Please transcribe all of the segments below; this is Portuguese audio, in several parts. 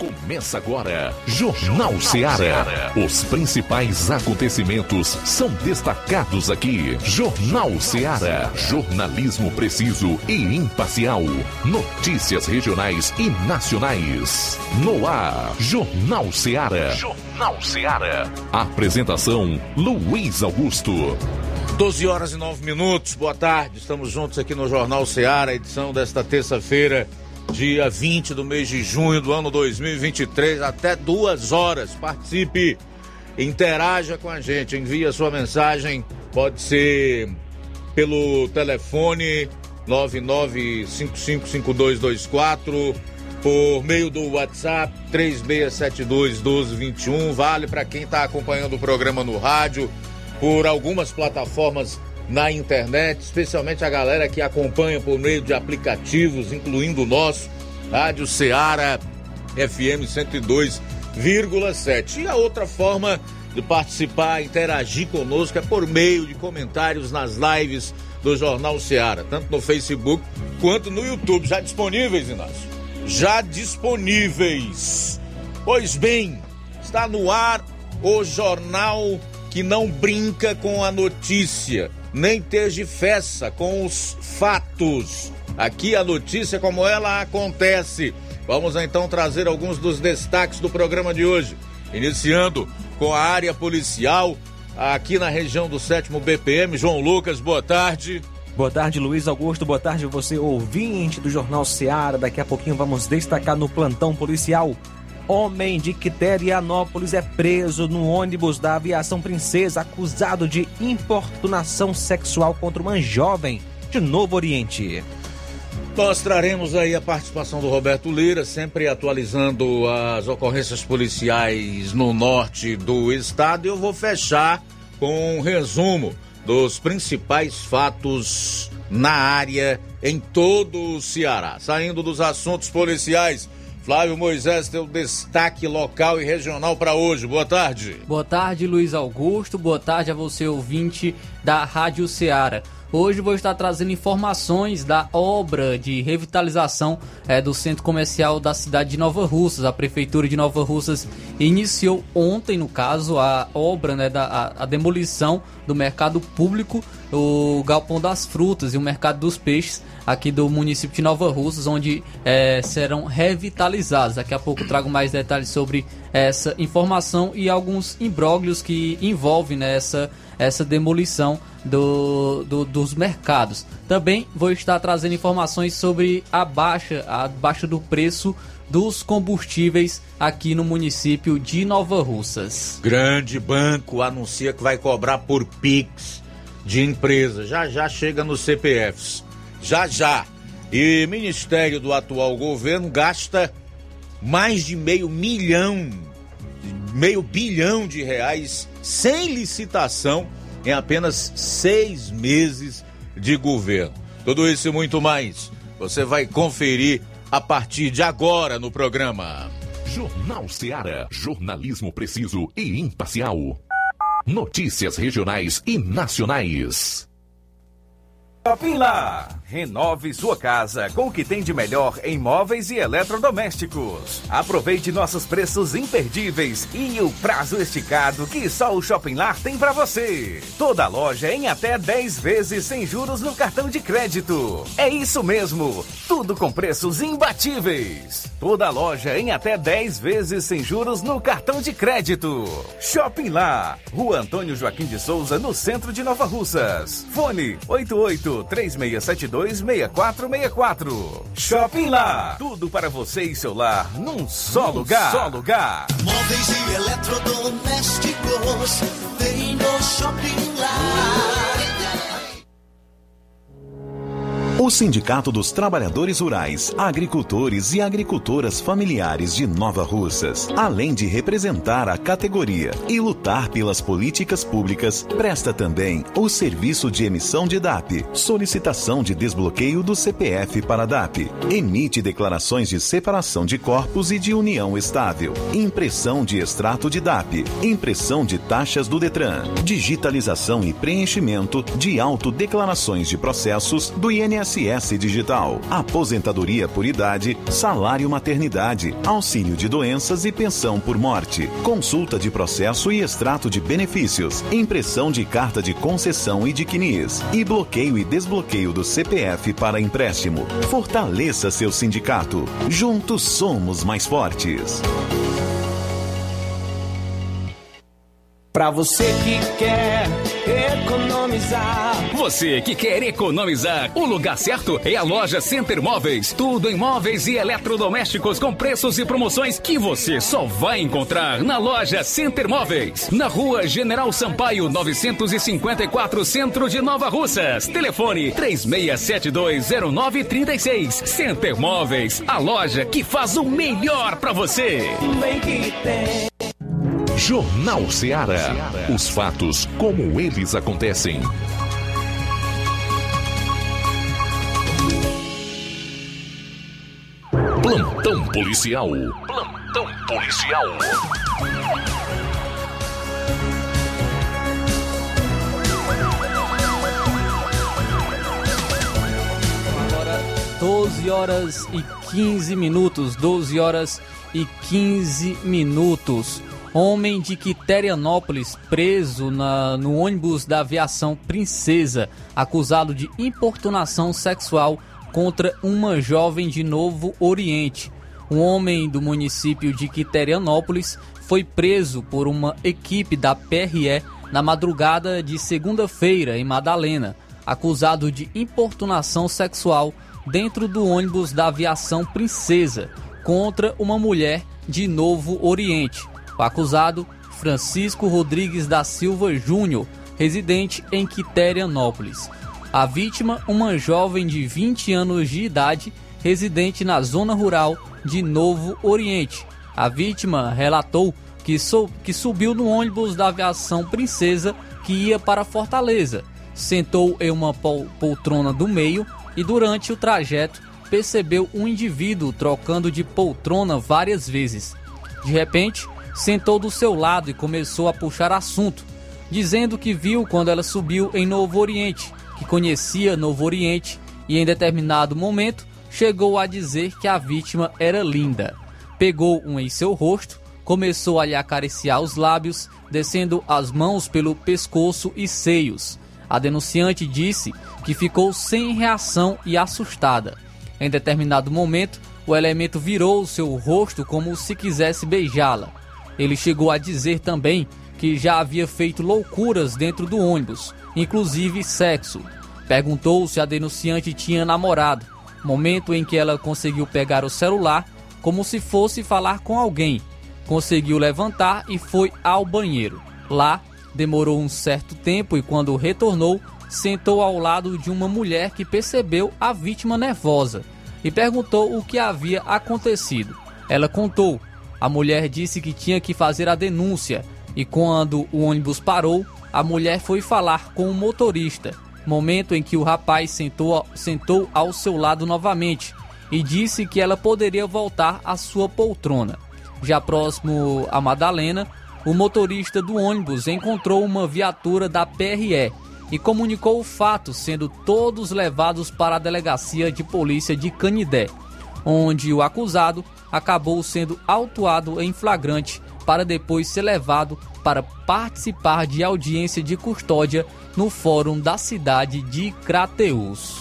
Começa agora, Jornal Ceará. Os principais acontecimentos são destacados aqui. Jornal Ceará. Jornalismo preciso e imparcial. Notícias regionais e nacionais. No ar, Jornal Ceará. Jornal Ceará. Apresentação, Luiz Augusto. 12h09. Boa tarde, estamos juntos aqui no Jornal Ceará, edição desta terça-feira, dia 20 do mês de junho do ano 2023, até 2 horas. Participe, interaja com a gente, envie a sua mensagem, pode ser pelo telefone 99555224, por meio do WhatsApp 36721221, vale para quem está acompanhando o programa no rádio, por algumas plataformas na internet, especialmente a galera que acompanha por meio de aplicativos, incluindo o nosso Rádio Ceará FM 102,7. E a outra forma de participar, interagir conosco é por meio de comentários nas lives do Jornal Ceará, tanto no Facebook quanto no YouTube. Já disponíveis, Inácio? Já disponíveis. Pois bem, está no ar o jornal que não brinca com a notícia, nem tergifessa com os fatos. Aqui a notícia como ela acontece. Vamos então trazer alguns dos destaques do programa de hoje, iniciando com a área policial aqui na região do 7º BPM. João Lucas, boa tarde. Boa tarde, Luiz Augusto. Boa tarde, você ouvinte do Jornal Ceará. Daqui a pouquinho vamos destacar no plantão policial. Homem de Quiterianópolis é preso no ônibus da Aviação Princesa, acusado de importunação sexual contra uma jovem de Novo Oriente. Nós traremos aí a participação do Roberto Lira, sempre atualizando as ocorrências policiais no norte do estado. E eu vou fechar com um resumo dos principais fatos na área em todo o Ceará. Saindo dos assuntos policiais, Flávio Moisés tem o destaque local e regional para hoje. Boa tarde. Boa tarde, Luiz Augusto. Boa tarde a você, ouvinte da Rádio Ceará. Hoje vou estar trazendo informações da obra de revitalização do centro comercial da cidade de Nova Russas. A Prefeitura de Nova Russas iniciou ontem, no caso, a obra, a demolição do mercado público, o Galpão das Frutas e o Mercado dos Peixes, aqui do município de Nova Russas, onde serão revitalizados. Daqui a pouco trago mais detalhes sobre essa informação e alguns imbróglios que envolvem essa demolição dos mercados. Também vou estar trazendo informações sobre a baixa do preço dos combustíveis aqui no município de Nova Russas. Grande banco anuncia que vai cobrar por Pix de empresa. Já chega nos CPFs. Já. E Ministério do atual governo gasta mais de meio bilhão de reais sem licitação em apenas 6 meses de governo. Tudo isso e muito mais você vai conferir a partir de agora no programa. Jornal Ceará. Jornalismo preciso e imparcial. Notícias regionais e nacionais. Shopping Lá. Renove sua casa com o que tem de melhor em móveis e eletrodomésticos. Aproveite nossos preços imperdíveis e o prazo esticado que só o Shopping Lá tem para você. Toda loja em até 10 vezes sem juros no cartão de crédito. É isso mesmo, tudo com preços imbatíveis. Toda loja em até 10 vezes sem juros no cartão de crédito. Shopping Lá, Rua Antônio Joaquim de Souza, no centro de Nova Russas. Fone 88-3672-6464. Shopping Lá, tudo para você e seu lar num só lugar. Móveis e eletrodomésticos, vem no Shopping Lá. O Sindicato dos Trabalhadores Rurais, Agricultores e Agricultoras Familiares de Nova Russas, além de representar a categoria e lutar pelas políticas públicas, presta também o serviço de emissão de DAP, solicitação de desbloqueio do CPF para DAP, emite declarações de separação de corpos e de união estável, impressão de extrato de DAP, impressão de taxas do Detran, digitalização e preenchimento de autodeclarações de processos do INSS INSS Digital, aposentadoria por idade, salário maternidade, auxílio de doenças e pensão por morte, consulta de processo e extrato de benefícios, impressão de carta de concessão e de CNIS, e bloqueio e desbloqueio do CPF para empréstimo. Fortaleça seu sindicato. Juntos somos mais fortes. Pra você que quer economizar. Você que quer economizar, o lugar certo é a loja Center Móveis. Tudo em móveis e eletrodomésticos com preços e promoções que você só vai encontrar na loja Center Móveis. Na rua General Sampaio, 954, Centro de Nova Russas. Telefone 36720936. Center Móveis, a loja que faz o melhor pra você. Bem que tem. Jornal Ceará. Os fatos como eles acontecem. Plantão policial. Plantão policial. Agora 12 horas e 15 minutos. 12 horas e 15 minutos. Homem de Quiterianópolis preso no ônibus da aviação Princesa, acusado de importunação sexual contra uma jovem de Novo Oriente. Um homem do município de Quiterianópolis foi preso por uma equipe da PRE na madrugada de segunda-feira em Madalena, acusado de importunação sexual dentro do ônibus da aviação Princesa contra uma mulher de Novo Oriente. O acusado, Francisco Rodrigues da Silva Júnior, residente em Quiterianópolis. A vítima, uma jovem de 20 anos de idade, residente na zona rural de Novo Oriente. A vítima relatou que subiu no ônibus da aviação Princesa que ia para Fortaleza. Sentou em uma poltrona do meio e durante o trajeto percebeu um indivíduo trocando de poltrona várias vezes. De repente, sentou do seu lado e começou a puxar assunto, dizendo que viu quando ela subiu em Novo Oriente, que conhecia Novo Oriente e em determinado momento chegou a dizer que a vítima era linda. Pegou em seu rosto, começou a lhe acariciar os lábios, descendo as mãos pelo pescoço e seios. A denunciante disse que ficou sem reação e assustada. Em determinado momento, o elemento virou seu rosto como se quisesse beijá-la. Ele chegou a dizer também que já havia feito loucuras dentro do ônibus, inclusive sexo. Perguntou se a denunciante tinha namorado, momento em que ela conseguiu pegar o celular como se fosse falar com alguém. Conseguiu levantar e foi ao banheiro. Lá, demorou um certo tempo e quando retornou, sentou ao lado de uma mulher que percebeu a vítima nervosa e perguntou o que havia acontecido. Ela contou. A mulher disse que tinha que fazer a denúncia e quando o ônibus parou, a mulher foi falar com o motorista, momento em que o rapaz sentou ao seu lado novamente e disse que ela poderia voltar à sua poltrona. Já próximo a Madalena, o motorista do ônibus encontrou uma viatura da PRE e comunicou o fato, sendo todos levados para a delegacia de polícia de Canidé, onde o acusado acabou sendo autuado em flagrante para depois ser levado para participar de audiência de custódia no fórum da cidade de Crateús.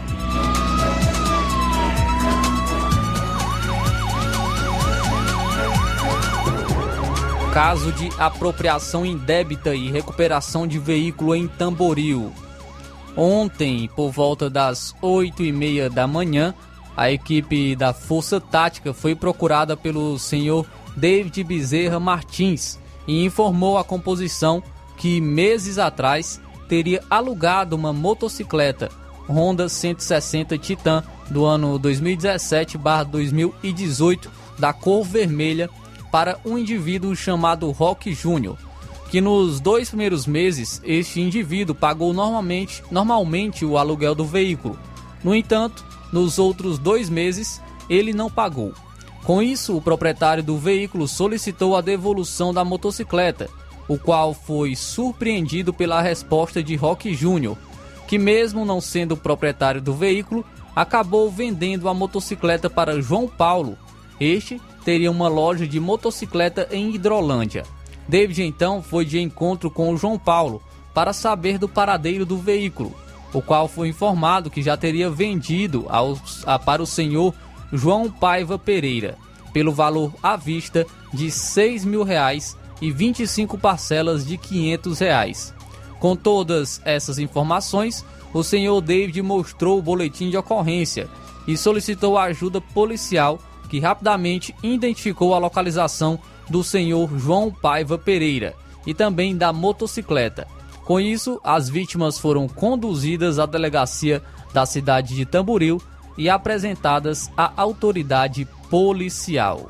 Caso de apropriação indébita e recuperação de veículo em Tamboril. Ontem, por volta das 8h30 da manhã, a equipe da Força Tática foi procurada pelo senhor David Bezerra Martins e informou a composição que meses atrás teria alugado uma motocicleta Honda 160 Titan do ano 2017/2018 da cor vermelha para um indivíduo chamado Roque Júnior, que nos 2 primeiros meses este indivíduo pagou normalmente o aluguel do veículo. No entanto, nos outros 2 meses, ele não pagou. Com isso, o proprietário do veículo solicitou a devolução da motocicleta, o qual foi surpreendido pela resposta de Roque Júnior, que mesmo não sendo proprietário do veículo, acabou vendendo a motocicleta para João Paulo. Este teria uma loja de motocicleta em Hidrolândia. David então foi de encontro com o João Paulo para saber do paradeiro do veículo, o qual foi informado que já teria vendido para o senhor João Paiva Pereira, pelo valor à vista de R$ 6.000 e 25 parcelas de R$ 500. Com todas essas informações, o senhor David mostrou o boletim de ocorrência e solicitou ajuda policial, que rapidamente identificou a localização do senhor João Paiva Pereira e também da motocicleta. Com isso, as vítimas foram conduzidas à delegacia da cidade de Tamboril e apresentadas à autoridade policial.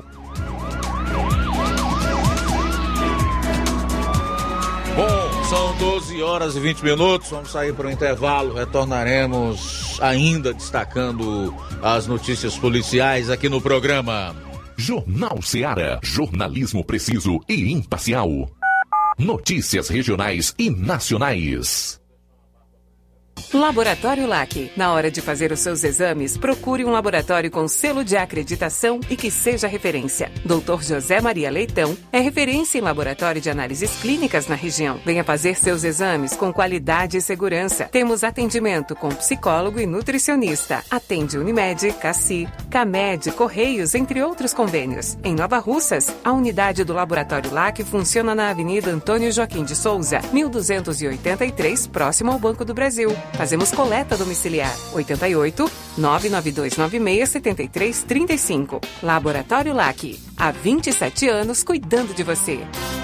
Bom, são 12 horas e 20 minutos, vamos sair para o intervalo, retornaremos ainda destacando as notícias policiais aqui no programa. Jornal Ceará, jornalismo preciso e imparcial. Notícias regionais e nacionais. Laboratório LAC. Na hora de fazer os seus exames, procure um laboratório com selo de acreditação e que seja referência. Dr. José Maria Leitão é referência em laboratório de análises clínicas na região. Venha fazer seus exames com qualidade e segurança. Temos atendimento com psicólogo e nutricionista. Atende Unimed, Cassi, Camed, Correios, entre outros convênios. Em Nova Russas, a unidade do Laboratório LAC funciona na Avenida Antônio Joaquim de Souza, 1283, próximo ao Banco do Brasil. Fazemos coleta domiciliar. 88 99296 7335. Laboratório LAC. Há 27 anos cuidando de você.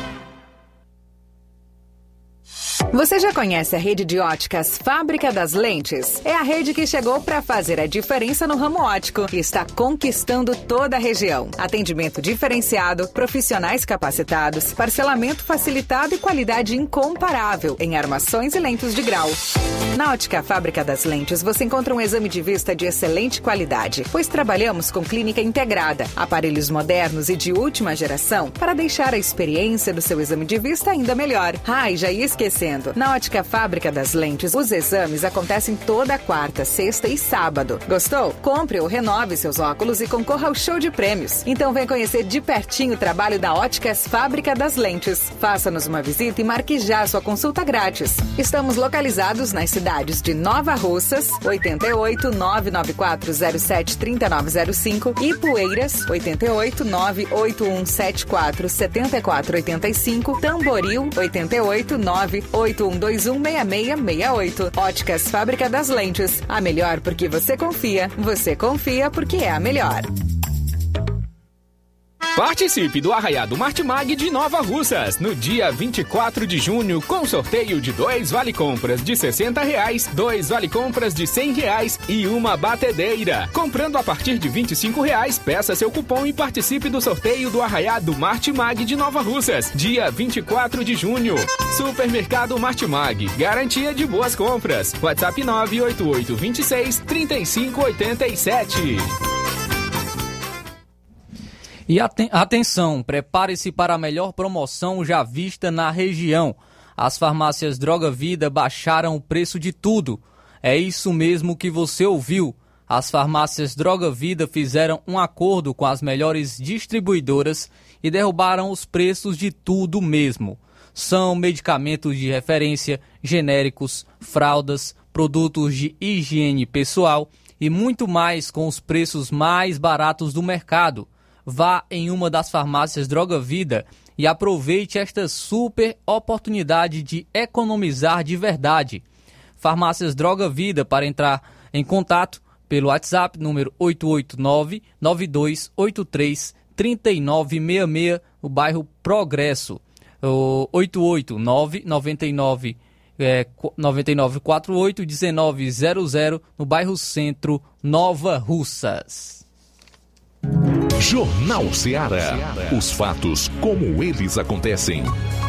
Você já conhece a rede de óticas Fábrica das Lentes? É a rede que chegou para fazer a diferença no ramo óptico e está conquistando toda a região. Atendimento diferenciado, profissionais capacitados, parcelamento facilitado e qualidade incomparável em armações e lentes de grau. Na Ótica Fábrica das Lentes você encontra um exame de vista de excelente qualidade, pois trabalhamos com clínica integrada, aparelhos modernos e de última geração para deixar a experiência do seu exame de vista ainda melhor. E já ia esquecendo. Na Ótica Fábrica das Lentes, os exames acontecem toda quarta, sexta e sábado. Gostou? Compre ou renove seus óculos e concorra ao show de prêmios. Então vem conhecer de pertinho o trabalho da Óticas Fábrica das Lentes. Faça-nos uma visita e marque já sua consulta grátis. Estamos localizados nas cidades de Nova Russas, 88 99407 3905 e Poeiras, 88 98174 7485, Tamboril, 88 981216668. Óticas Fábrica das Lentes. A melhor porque você confia. Você confia porque é a melhor. Participe do Arraiado Martimag de Nova Russas, no dia 24 de junho, com sorteio de 2 vale-compras de R$60, 2 vale-compras de R$100 e uma batedeira. Comprando a partir de R$25, peça seu cupom e participe do sorteio do Arraiado Martimag de Nova Russas, dia 24 de junho. Supermercado Martimag, garantia de boas compras. WhatsApp 988 26 3587. E atenção, prepare-se para a melhor promoção já vista na região. As farmácias Droga Vida baixaram o preço de tudo. É isso mesmo que você ouviu. As farmácias Droga Vida fizeram um acordo com as melhores distribuidoras e derrubaram os preços de tudo mesmo. São medicamentos de referência, genéricos, fraldas, produtos de higiene pessoal e muito mais com os preços mais baratos do mercado. Vá em uma das farmácias Droga Vida e aproveite esta super oportunidade de economizar de verdade. Farmácias Droga Vida, para entrar em contato pelo WhatsApp número 889-9283-3966, no bairro Progresso. 889-9948-1900, no bairro Centro, Nova Russas. Jornal Ceará. Os fatos como eles acontecem.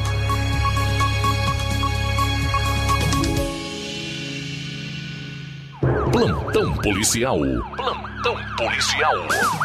Plantão policial. Plantão policial.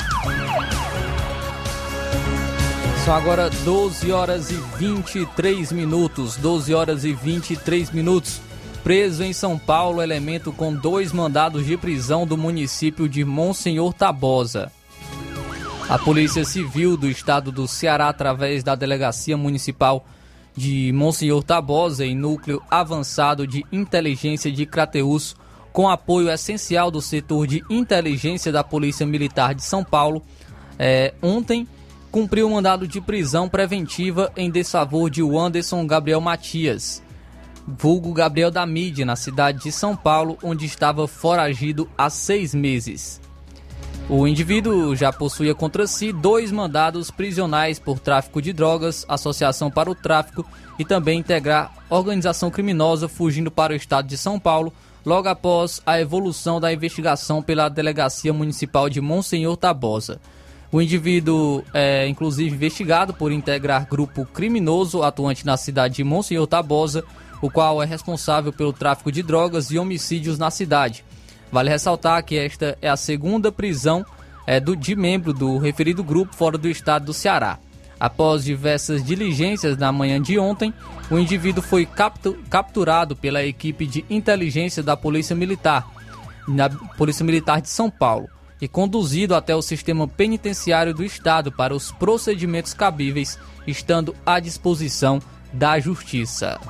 São agora 12 horas e 23 minutos. 12 horas e 23 minutos. preso em São Paulo elemento com 2 mandados de prisão do município de Monsenhor Tabosa. A Polícia Civil do Estado do Ceará, através da Delegacia Municipal de Monsenhor Tabosa e Núcleo Avançado de Inteligência de Crateús, com apoio essencial do setor de inteligência da Polícia Militar de São Paulo, ontem cumpriu um mandado de prisão preventiva em desfavor de Wanderson Gabriel Matias, vulgo Gabriel da Mídia, na cidade de São Paulo, onde estava foragido há 6 meses. O indivíduo já possuía contra si 2 mandados prisionais por tráfico de drogas, associação para o tráfico e também integrar organização criminosa fugindo para o estado de São Paulo, logo após a evolução da investigação pela Delegacia Municipal de Monsenhor Tabosa. O indivíduo é inclusive investigado por integrar grupo criminoso atuante na cidade de Monsenhor Tabosa, o qual é responsável pelo tráfico de drogas e homicídios na cidade. Vale ressaltar que esta é a segunda prisão de membro do referido grupo fora do estado do Ceará. Após diversas diligências na manhã de ontem, o indivíduo foi capturado pela equipe de inteligência da Polícia Militar, na Polícia Militar de São Paulo, e conduzido até o sistema penitenciário do estado para os procedimentos cabíveis, estando à disposição da Justiça.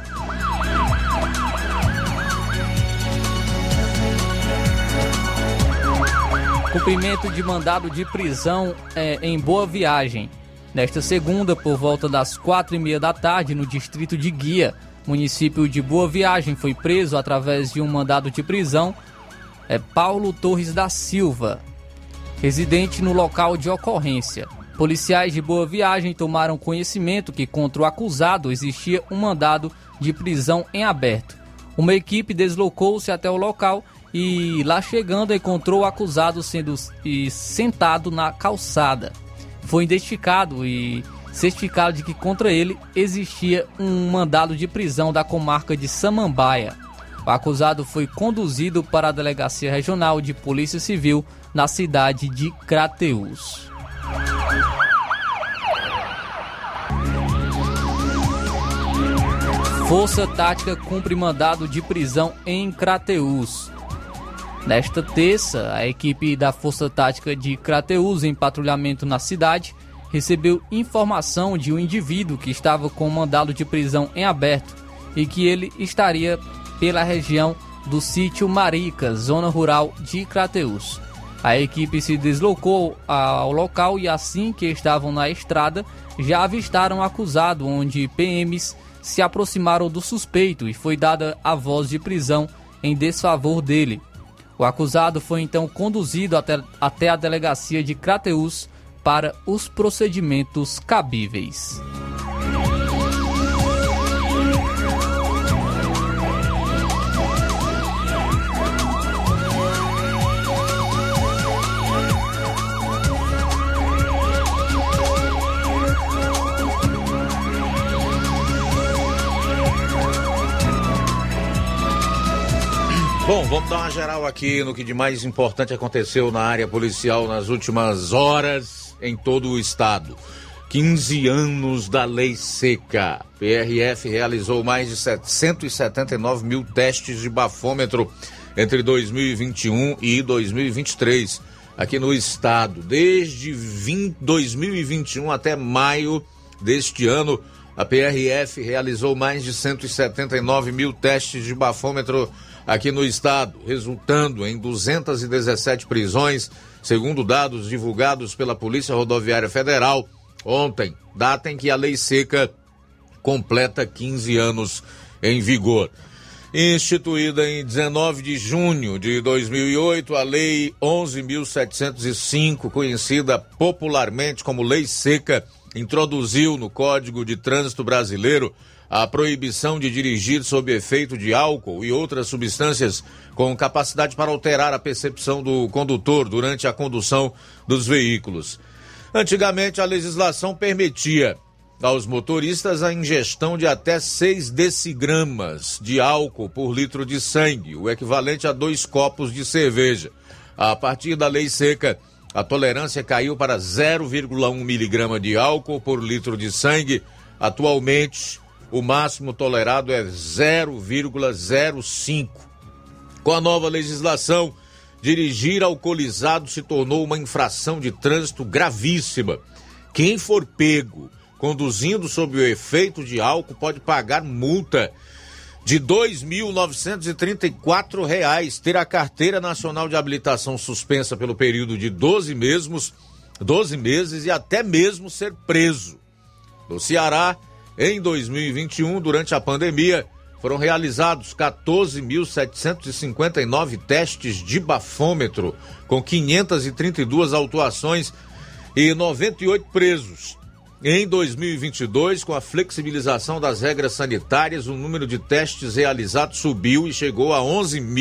Cumprimento de mandado de prisão em Boa Viagem. Nesta segunda, por volta das 4h30 da tarde, no distrito de Guia, município de Boa Viagem, foi preso através de um mandado de prisão Paulo Torres da Silva, residente no local de ocorrência. Policiais de Boa Viagem tomaram conhecimento que contra o acusado existia um mandado de prisão em aberto. Uma equipe deslocou-se até o local e, lá chegando, encontrou o acusado sendo sentado na calçada. Foi identificado e certificado de que contra ele existia um mandado de prisão da comarca de Samambaia. O acusado foi conduzido para a Delegacia Regional de Polícia Civil na cidade de Crateús. Força Tática cumpre mandado de prisão em Crateús. Nesta terça, a equipe da Força Tática de Crateús, em patrulhamento na cidade, recebeu informação de um indivíduo que estava com mandado de prisão em aberto e que ele estaria pela região do sítio Maricas, zona rural de Crateús. A equipe se deslocou ao local e, assim que estavam na estrada, já avistaram o acusado, onde PMs se aproximaram do suspeito e foi dada a voz de prisão em desfavor dele. O acusado foi então conduzido até a delegacia de Crateús para os procedimentos cabíveis. Bom, vamos dar uma geral aqui no que de mais importante aconteceu na área policial nas últimas horas em todo o estado. 15 anos da Lei Seca. PRF realizou mais de 179 mil testes de bafômetro entre 2021 e 2023 aqui no estado. Desde 2021 até maio deste ano, a PRF realizou mais de 179 mil testes de bafômetro aqui no estado, resultando em 217 prisões, segundo dados divulgados pela Polícia Rodoviária Federal ontem, data em que a Lei Seca completa 15 anos em vigor. Instituída em 19 de junho de 2008, a Lei 11.705, conhecida popularmente como Lei Seca, introduziu no Código de Trânsito Brasileiro a proibição de dirigir sob efeito de álcool e outras substâncias com capacidade para alterar a percepção do condutor durante a condução dos veículos. Antigamente, a legislação permitia aos motoristas a ingestão de até 6 decigramas de álcool por litro de sangue, o equivalente a 2 copos de cerveja. A partir da Lei Seca, a tolerância caiu para 0,1 miligrama de álcool por litro de sangue. Atualmente, o máximo tolerado é 0,05. Com a nova legislação, dirigir alcoolizado se tornou uma infração de trânsito gravíssima. Quem for pego conduzindo sob o efeito de álcool pode pagar multa de R$ 2.934, ter a carteira nacional de habilitação suspensa pelo período de 12 meses e até mesmo ser preso. No Ceará, em 2021, durante a pandemia, foram realizados 14.759 testes de bafômetro, com 532 autuações e 98 presos. Em 2022, com a flexibilização das regras sanitárias, o número de testes realizados subiu e chegou a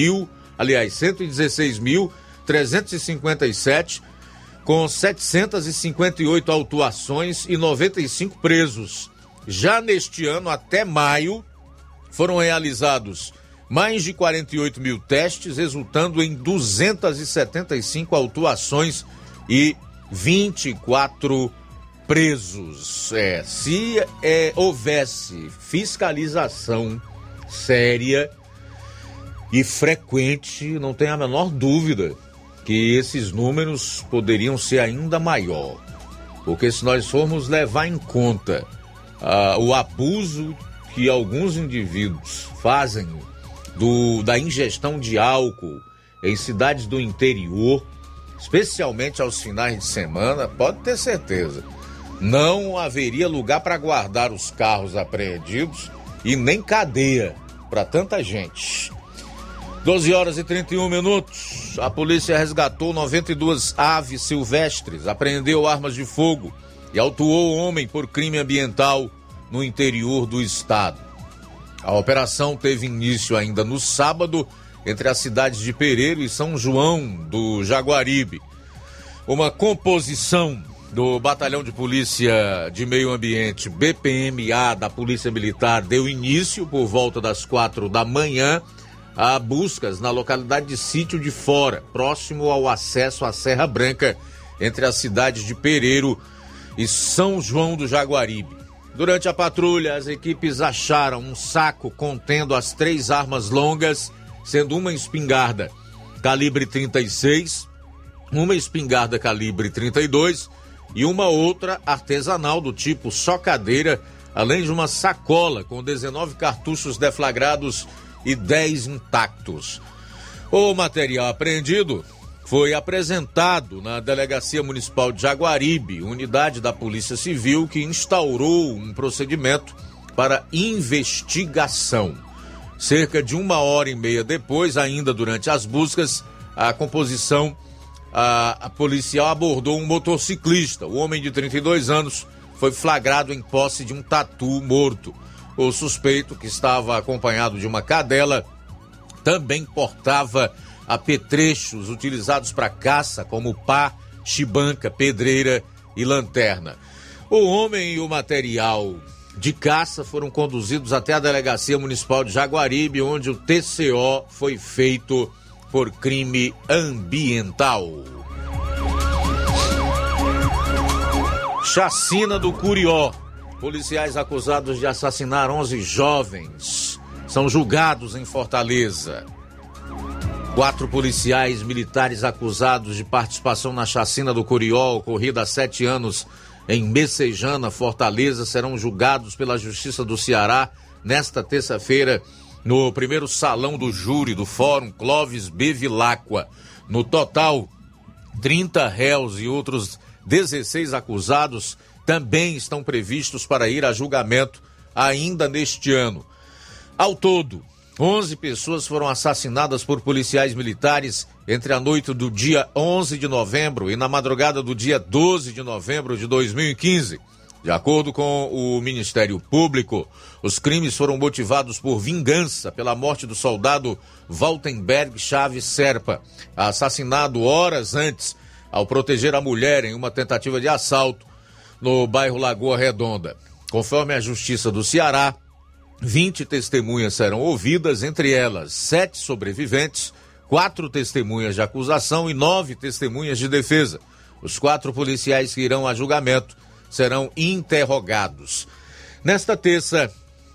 116.357, com 758 autuações e 95 presos. Já neste ano, até maio, foram realizados mais de 48 mil testes, resultando em 275 autuações e 24 presos. Se houvesse fiscalização séria e frequente, não tem a menor dúvida que esses números poderiam ser ainda maior. Porque se nós formos levar em conta o abuso que alguns indivíduos fazem da ingestão de álcool em cidades do interior, especialmente aos finais de semana, pode ter certeza, não haveria lugar para guardar os carros apreendidos e nem cadeia para tanta gente. 12h31, a polícia resgatou 92 aves silvestres, apreendeu armas de fogo e autuou o homem por crime ambiental no interior do estado. A operação teve início ainda no sábado entre as cidades de Pereiro e São João do Jaguaribe. Uma composição do Batalhão de Polícia de Meio Ambiente, BPMA, da Polícia Militar, deu início por volta das 4 da manhã a buscas na localidade de Sítio de Fora, próximo ao acesso à Serra Branca, entre as cidades de Pereiro e São João do Jaguaribe. Durante a patrulha, as equipes acharam um saco contendo as 3 armas longas, sendo uma espingarda calibre 36, uma espingarda calibre 32 e uma outra artesanal do tipo socadeira, além de uma sacola com 19 cartuchos deflagrados e 10 intactos. O material apreendido foi apresentado na Delegacia Municipal de Jaguaribe, unidade da Polícia Civil que instaurou um procedimento para investigação. Cerca de 1h30 depois, ainda durante as buscas, a policial abordou um motociclista. O homem de 32 anos foi flagrado em posse de um tatu morto. O suspeito, que estava acompanhado de uma cadela, também portava apetrechos utilizados para caça, como pá, chibanca, pedreira e lanterna. O homem e o material de caça foram conduzidos até a Delegacia Municipal de Jaguaribe, onde o TCO foi feito por crime ambiental. Chacina do Curió. Policiais acusados de assassinar 11 jovens são julgados em Fortaleza. 4 policiais militares acusados de participação na chacina do Curió, ocorrida há 7 anos em Messejana, Fortaleza, serão julgados pela Justiça do Ceará nesta terça-feira no primeiro salão do júri do Fórum Clóvis Bevilacqua. No total, 30 réus e outros 16 acusados também estão previstos para ir a julgamento ainda neste ano. Ao todo, 11 pessoas foram assassinadas por policiais militares entre a noite do dia 11 de novembro e na madrugada do dia 12 de novembro de 2015. De acordo com o Ministério Público, os crimes foram motivados por vingança pela morte do soldado Waltenberg Chaves Serpa, assassinado horas antes ao proteger a mulher em uma tentativa de assalto no bairro Lagoa Redonda. Conforme a Justiça do Ceará, 20 testemunhas serão ouvidas, entre elas 7 sobreviventes, 4 testemunhas de acusação e 9 testemunhas de defesa. Os 4 policiais que irão a julgamento serão interrogados. Nesta terça,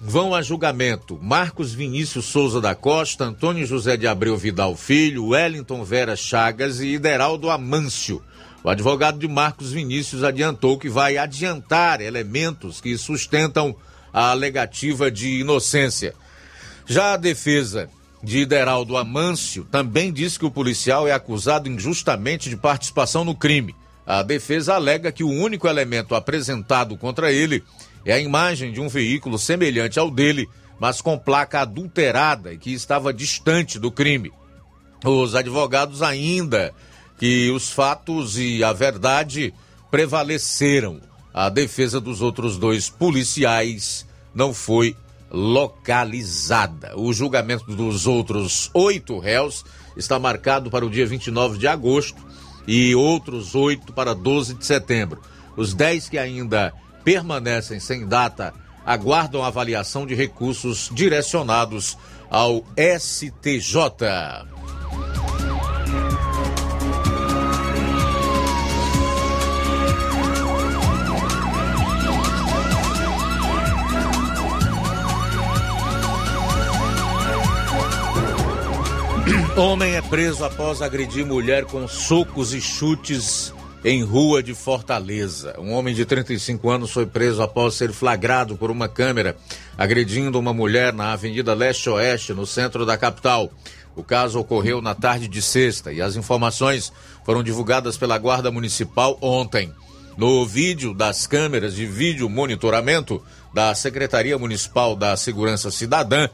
vão a julgamento Marcos Vinícius Souza da Costa, Antônio José de Abreu Vidal Filho, Wellington Vera Chagas e Ideraldo Amâncio. O advogado de Marcos Vinícius adiantou que vai adiantar elementos que sustentam a alegativa de inocência. Já a defesa de Ideraldo Amâncio também diz que o policial é acusado injustamente de participação no crime. A defesa alega que o único elemento apresentado contra ele é a imagem de um veículo semelhante ao dele, mas com placa adulterada e que estava distante do crime. Os advogados ainda que os fatos e a verdade prevaleceram. A defesa dos outros 2 policiais não foi localizada. O julgamento dos outros 8 réus está marcado para o dia 29 de agosto e outros 8 para 12 de setembro. Os 10 que ainda permanecem sem data aguardam avaliação de recursos direcionados ao STJ. Homem é preso após agredir mulher com socos e chutes em rua de Fortaleza. Um homem de 35 anos foi preso após ser flagrado por uma câmera agredindo uma mulher na Avenida Leste-Oeste, no centro da capital. O caso ocorreu na tarde de sexta e as informações foram divulgadas pela Guarda Municipal ontem. No vídeo das câmeras de vídeo monitoramento da Secretaria Municipal da Segurança Cidadã,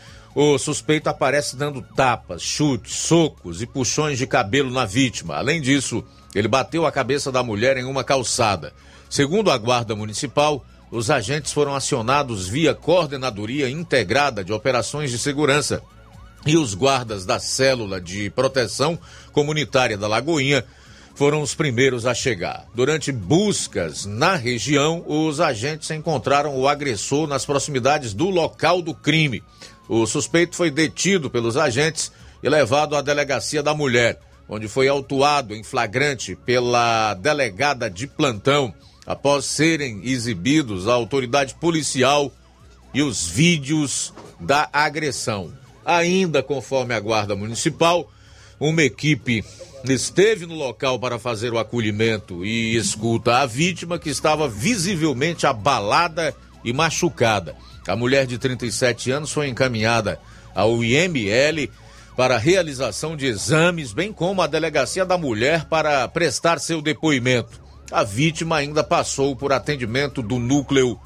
o suspeito aparece dando tapas, chutes, socos e puxões de cabelo na vítima. Além disso, ele bateu a cabeça da mulher em uma calçada. Segundo a Guarda Municipal, os agentes foram acionados via Coordenadoria Integrada de Operações de Segurança e os guardas da Célula de Proteção Comunitária da Lagoinha foram os primeiros a chegar. Durante buscas na região, os agentes encontraram o agressor nas proximidades do local do crime. O suspeito foi detido pelos agentes e levado à delegacia da mulher, onde foi autuado em flagrante pela delegada de plantão, após serem exibidos à autoridade policial e os vídeos da agressão. Ainda conforme a Guarda Municipal, uma equipe esteve no local para fazer o acolhimento e escuta à vítima, que estava visivelmente abalada e machucada. A mulher de 37 anos foi encaminhada ao IML para a realização de exames, bem como à Delegacia da Mulher para prestar seu depoimento. A vítima ainda passou por atendimento do Núcleo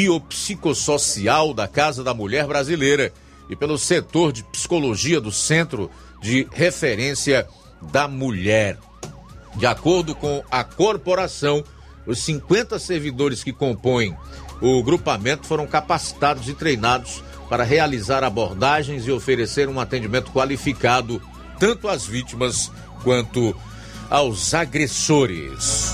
Biopsicossocial da Casa da Mulher Brasileira e pelo setor de psicologia do Centro de Referência da Mulher. De acordo com a corporação, os 50 servidores que compõem o grupamento foram capacitados e treinados para realizar abordagens e oferecer um atendimento qualificado tanto às vítimas quanto aos agressores.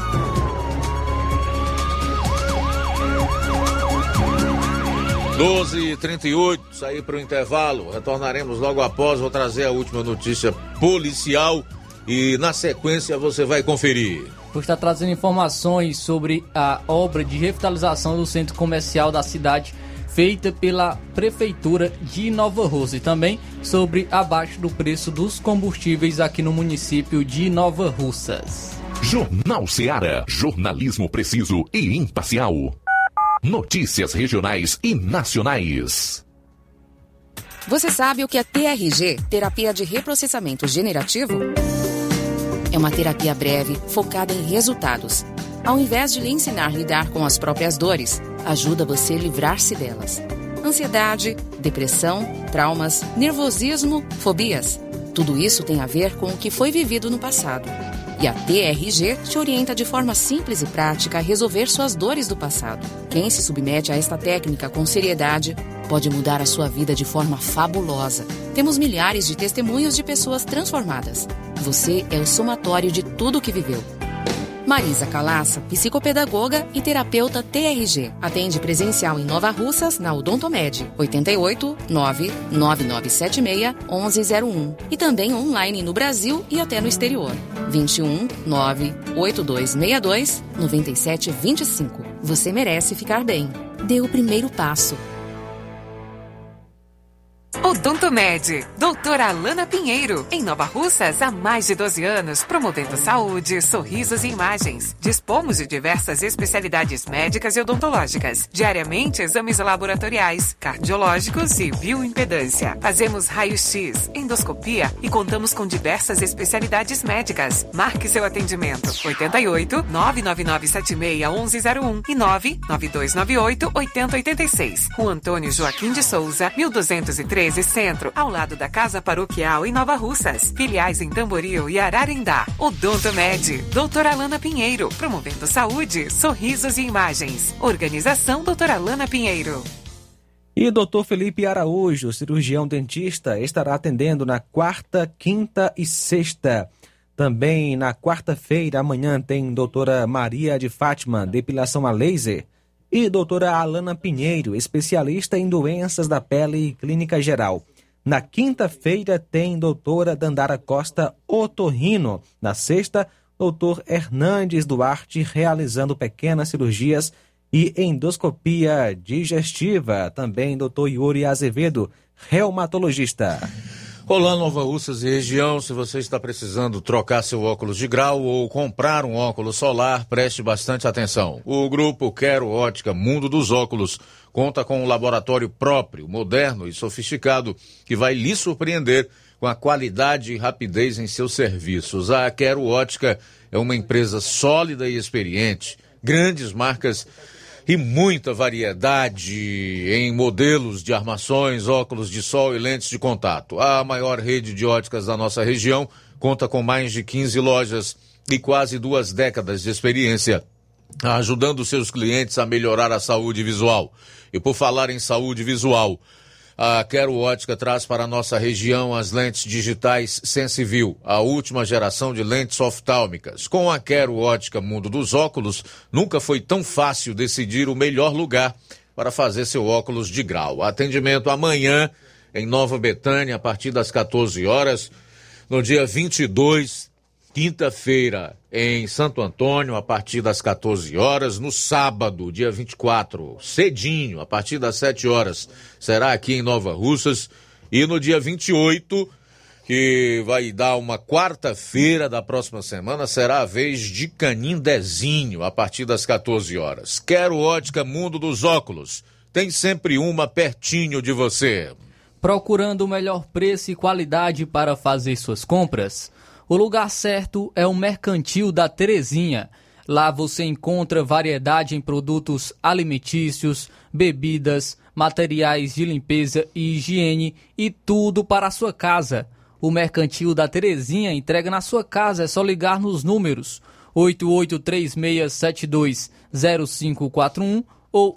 (12h38), sair para o intervalo, retornaremos logo após, vou trazer a última notícia policial e na sequência você vai conferir. Vou estar trazendo informações sobre a obra de revitalização do centro comercial da cidade feita pela Prefeitura de Nova Russa e também sobre abaixo do preço dos combustíveis aqui no município de Nova Russas. Jornal Ceará, jornalismo preciso e imparcial. Notícias regionais e nacionais. Você sabe o que é TRG, Terapia de Reprocessamento Generativo? É uma terapia breve, focada em resultados. Ao invés de lhe ensinar a lidar com as próprias dores, ajuda você a livrar-se delas. Ansiedade, depressão, traumas, nervosismo, fobias. Tudo isso tem a ver com o que foi vivido no passado. E a TRG te orienta de forma simples e prática a resolver suas dores do passado. Quem se submete a esta técnica com seriedade pode mudar a sua vida de forma fabulosa. Temos milhares de testemunhos de pessoas transformadas. Você é o somatório de tudo o que viveu. Marisa Calaça, psicopedagoga e terapeuta TRG. Atende presencial em Nova Russas, na Odontomed, 88 99976 1101. E também online no Brasil e até no exterior, 21 98262 9725. Você merece ficar bem. Dê o primeiro passo. Odontomed, doutora Alana Pinheiro, em Nova Russas há mais de 12 anos, promovendo saúde, sorrisos e imagens. Dispomos de diversas especialidades médicas e odontológicas. Diariamente, exames laboratoriais, cardiológicos e bioimpedância. Fazemos raio-x, endoscopia e contamos com diversas especialidades médicas. Marque seu atendimento. 88 999 76 1101 e 99298 8086. Rua Antônio Joaquim de Souza, 1213 Centro, ao lado da Casa Paroquial em Nova Russas. Filiais em Tamboril e Ararendá. Odontomed, doutora Alana Pinheiro, promovendo saúde, sorrisos e imagens. Organização doutora Alana Pinheiro. E Dr. Felipe Araújo, cirurgião dentista, estará atendendo na quarta, quinta e sexta. Também na quarta-feira, amanhã, tem doutora Maria de Fátima, depilação a laser. E doutora Alana Pinheiro, especialista em doenças da pele e clínica geral. Na quinta-feira tem doutora Dandara Costa, otorrino. Na sexta, doutor Hernandes Duarte, realizando pequenas cirurgias e endoscopia digestiva. Também doutor Yuri Azevedo, reumatologista. Olá, Nova Russas e região, se você está precisando trocar seu óculos de grau ou comprar um óculos solar, preste bastante atenção. O grupo Quero Ótica Mundo dos Óculos conta com um laboratório próprio, moderno e sofisticado que vai lhe surpreender com a qualidade e rapidez em seus serviços. A Quero Ótica é uma empresa sólida e experiente, grandes marcas e muita variedade em modelos de armações, óculos de sol e lentes de contato. A maior rede de óticas da nossa região conta com mais de 15 lojas e quase 2 décadas de experiência, ajudando seus clientes a melhorar a saúde visual. E por falar em saúde visual, a Quero Ótica traz para a nossa região as lentes digitais Sensiview, a última geração de lentes oftálmicas. Com a Quero Ótica Mundo dos Óculos, nunca foi tão fácil decidir o melhor lugar para fazer seu óculos de grau. Atendimento amanhã em Nova Betânia, a partir das 14 horas. No dia 22, quinta-feira, em Santo Antônio, a partir das 14 horas. No sábado, dia 24, cedinho, a partir das 7 horas, será aqui em Nova Russas. E no dia 28, que vai dar uma quarta-feira da próxima semana, será a vez de Canindezinho, a partir das 14 horas. Quero Ótica Mundo dos Óculos. Tem sempre uma pertinho de você. Procurando o melhor preço e qualidade para fazer suas compras? O lugar certo é o Mercantil da Terezinha. Lá você encontra variedade em produtos alimentícios, bebidas, materiais de limpeza e higiene e tudo para a sua casa. O Mercantil da Terezinha entrega na sua casa, é só ligar nos números 8836720541 ou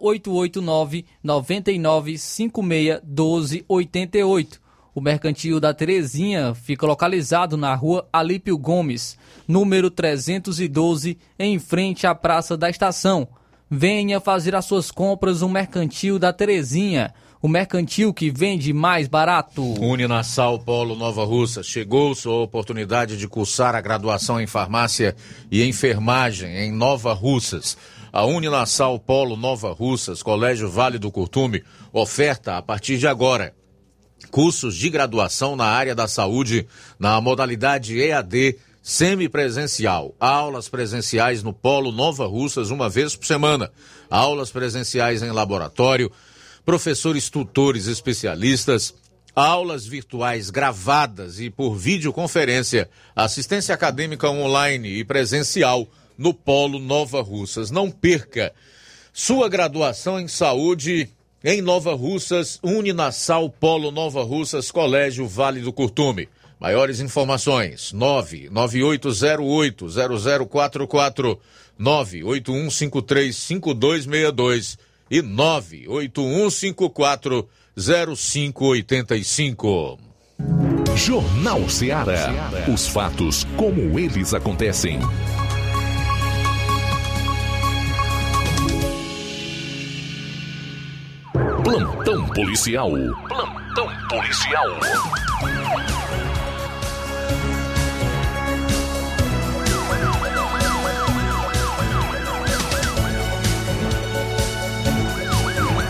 889-9956-1288. O Mercantil da Terezinha fica localizado na rua Alípio Gomes, número 312, em frente à Praça da Estação. Venha fazer as suas compras no Mercantil da Terezinha, o mercantil que vende mais barato. Uninasal Polo Nova Russa, chegou sua oportunidade de cursar a graduação em farmácia e enfermagem em Nova Russas. A Uninasal Polo Nova Russas, Colégio Vale do Curtume, oferta a partir de agora cursos de graduação na área da saúde na modalidade EAD semipresencial. Aulas presenciais no Polo Nova Russas uma vez por semana. Aulas presenciais em laboratório, professores tutores especialistas, aulas virtuais gravadas e por videoconferência, assistência acadêmica online e presencial no Polo Nova Russas. Não perca sua graduação em saúde em Nova Russas, Uninasal Polo Nova Russas, Colégio Vale do Curtume. Maiores informações, 99808-0044, 98153-5262 e 98154-0585. Jornal Ceará. Os fatos como eles acontecem. Plantão policial. Plantão policial.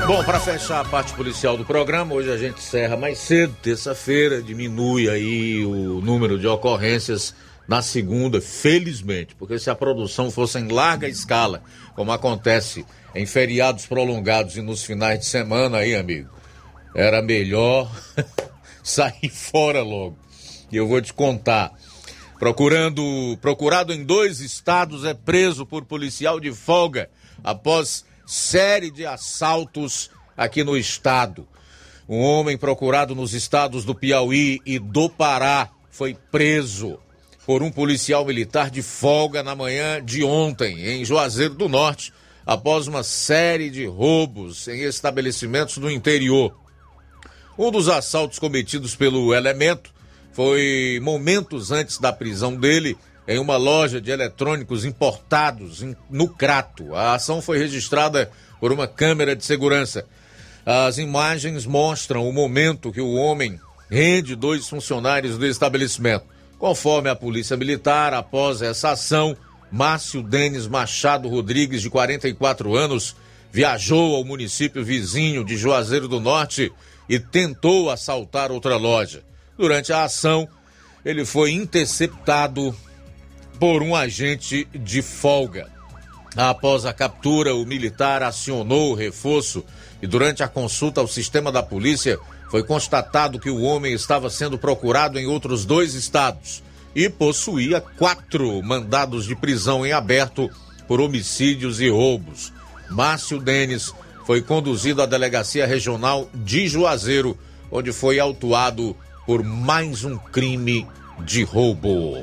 Bom, para fechar a parte policial do programa, hoje a gente encerra mais cedo, terça-feira, diminui aí o número de ocorrências na segunda, felizmente, porque se a produção fosse em larga escala, como acontece em feriados prolongados e nos finais de semana aí, amigo, era melhor sair fora logo. E eu vou te contar. Procurado em 2 estados, é preso por policial de folga após série de assaltos aqui no estado. Um homem procurado nos estados do Piauí e do Pará foi preso por um policial militar de folga na manhã de ontem, em Juazeiro do Norte, após uma série de roubos em estabelecimentos do interior. Um dos assaltos cometidos pelo elemento foi momentos antes da prisão dele em uma loja de eletrônicos importados no Crato. A ação foi registrada por uma câmera de segurança. As imagens mostram o momento que o homem rende 2 funcionários do estabelecimento. Conforme a Polícia Militar, após essa ação, Márcio Denis Machado Rodrigues, de 44 anos, viajou ao município vizinho de Juazeiro do Norte e tentou assaltar outra loja. Durante a ação, ele foi interceptado por um agente de folga. Após a captura, o militar acionou o reforço e durante a consulta ao sistema da polícia foi constatado que o homem estava sendo procurado em outros 2 estados e possuía 4 mandados de prisão em aberto por homicídios e roubos. Márcio Denis foi conduzido à Delegacia Regional de Juazeiro, onde foi autuado por mais um crime de roubo.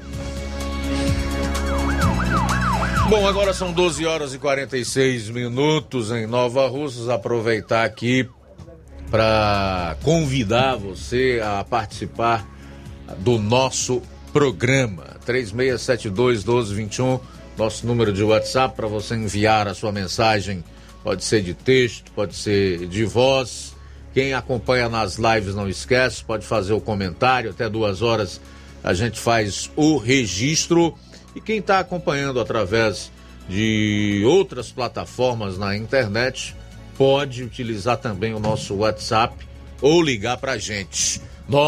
Bom, agora são 12 horas e 46 minutos em Nova Russas. Aproveitar aqui para convidar você a participar do nosso programa. 3672-1221, nosso número de WhatsApp para você enviar a sua mensagem. Pode ser de texto, pode ser de voz. Quem acompanha nas lives não esquece, pode fazer o comentário. Até 2 horas a gente faz o registro. E quem está acompanhando através de outras plataformas na internet pode utilizar também o nosso WhatsApp ou ligar para a gente.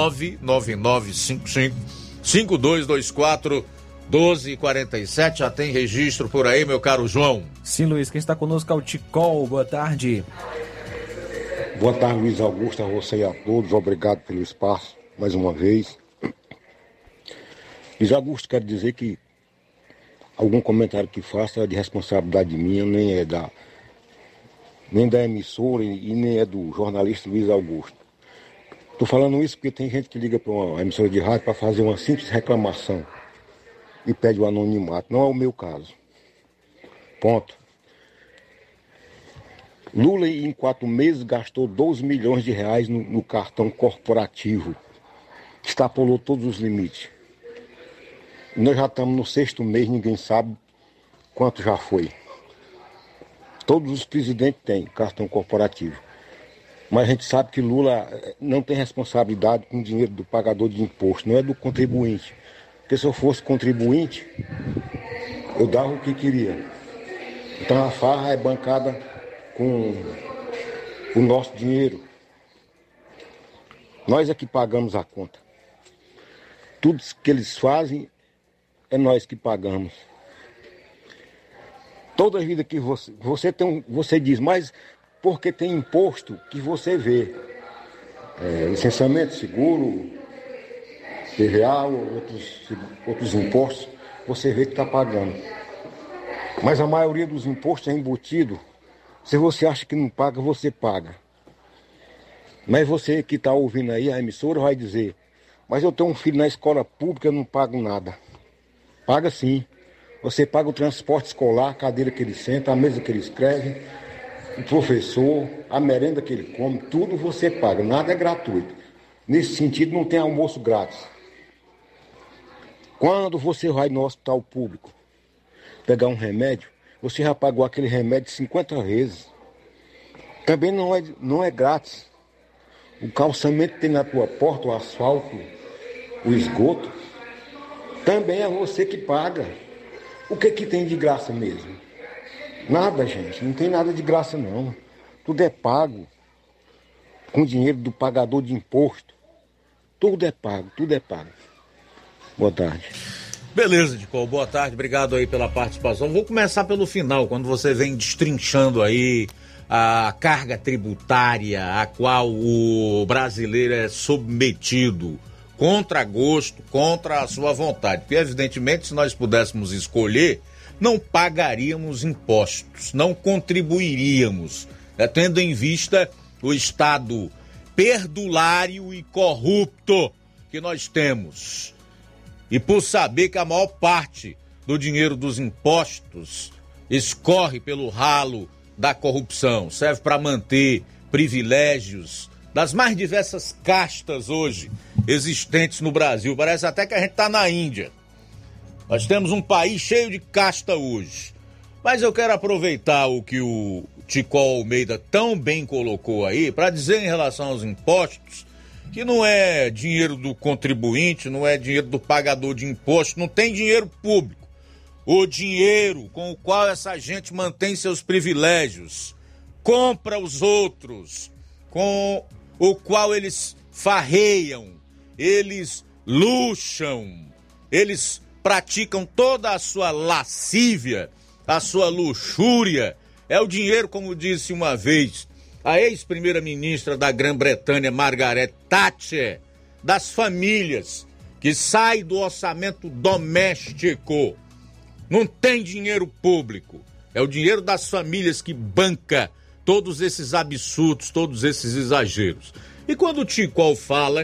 99955-5224 12h47. Já tem registro por aí, meu caro João? Sim, Luiz. Quem está conosco é o Ticol. Boa tarde. Boa tarde, Luiz Augusto, a você e a todos. Obrigado pelo espaço, mais uma vez. Luiz Augusto, quero dizer que algum comentário que faça é de responsabilidade minha, nem da emissora e nem é do jornalista Luiz Augusto. Estou falando isso porque tem gente que liga para uma emissora de rádio para fazer uma simples reclamação e pede o anonimato. Não é o meu caso. Ponto. Lula, em 4 meses, gastou 12 milhões de reais no cartão corporativo. Extrapolou todos os limites. Nós já estamos no 6º mês, ninguém sabe quanto já foi. Todos os presidentes têm cartão corporativo. Mas a gente sabe que Lula não tem responsabilidade com o dinheiro do pagador de imposto, não é do contribuinte. Porque se eu fosse contribuinte, eu dava o que queria. Então a farra é bancada com o nosso dinheiro. Nós é que pagamos a conta. Tudo que eles fazem é nós que pagamos. Toda a vida que você diz, mas porque tem imposto que você vê. Licenciamento, seguro, PVA, outros impostos, você vê que está pagando. Mas a maioria dos impostos é embutido. Se você acha que não paga, você paga. Mas você que está ouvindo aí, a emissora vai dizer, mas eu tenho um filho na escola pública, eu não pago nada. Paga sim. Você paga o transporte escolar, a cadeira que ele senta, a mesa que ele escreve, o professor, a merenda que ele come, tudo você paga, nada é gratuito. Nesse sentido, não tem almoço grátis. Quando você vai no hospital público pegar um remédio, você já pagou aquele remédio 50 vezes. Também não é grátis. O calçamento que tem na tua porta, o asfalto, o esgoto, também é você que paga. O que tem de graça mesmo? Nada, gente. Não tem nada de graça, não. Tudo é pago com dinheiro do pagador de imposto. Tudo é pago. Boa tarde. Beleza, Ticol, boa tarde, obrigado aí pela participação. Vou começar pelo final, quando você vem destrinchando aí a carga tributária a qual o brasileiro é submetido contra gosto, contra a sua vontade. Porque, evidentemente, se nós pudéssemos escolher, não pagaríamos impostos, não contribuiríamos, tendo em vista o estado perdulário e corrupto que nós temos. E por saber que a maior parte do dinheiro dos impostos escorre pelo ralo da corrupção, serve para manter privilégios das mais diversas castas hoje existentes no Brasil. Parece até que a gente está na Índia. Nós temos um país cheio de casta hoje. Mas eu quero aproveitar o que o Ticol Almeida tão bem colocou aí para dizer em relação aos impostos que não é dinheiro do contribuinte, não é dinheiro do pagador de imposto, não tem dinheiro público. O dinheiro com o qual essa gente mantém seus privilégios, compra os outros, com o qual eles farreiam, eles luxam, eles praticam toda a sua lascívia, a sua luxúria. É o dinheiro, como disse uma vez a ex-primeira-ministra da Grã-Bretanha, Margaret Thatcher, das famílias que saem do orçamento doméstico. Não tem dinheiro público. É o dinheiro das famílias que banca todos esses absurdos, todos esses exageros. E quando o Ticol fala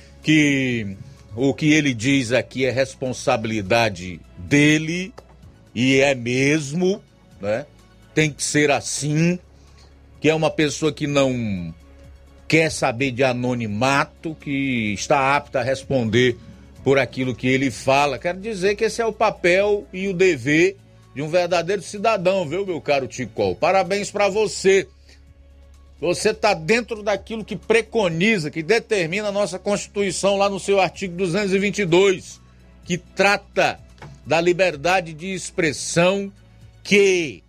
que o que ele diz aqui é responsabilidade dele, e é mesmo, né? Tem que ser assim, que é uma pessoa que não quer saber de anonimato, que está apta a responder por aquilo que ele fala. Quero dizer que esse é o papel e o dever de um verdadeiro cidadão, viu, meu caro Ticol? Parabéns para você. Você está dentro daquilo que preconiza, que determina a nossa Constituição lá no seu artigo 222, que trata da liberdade de expressão, que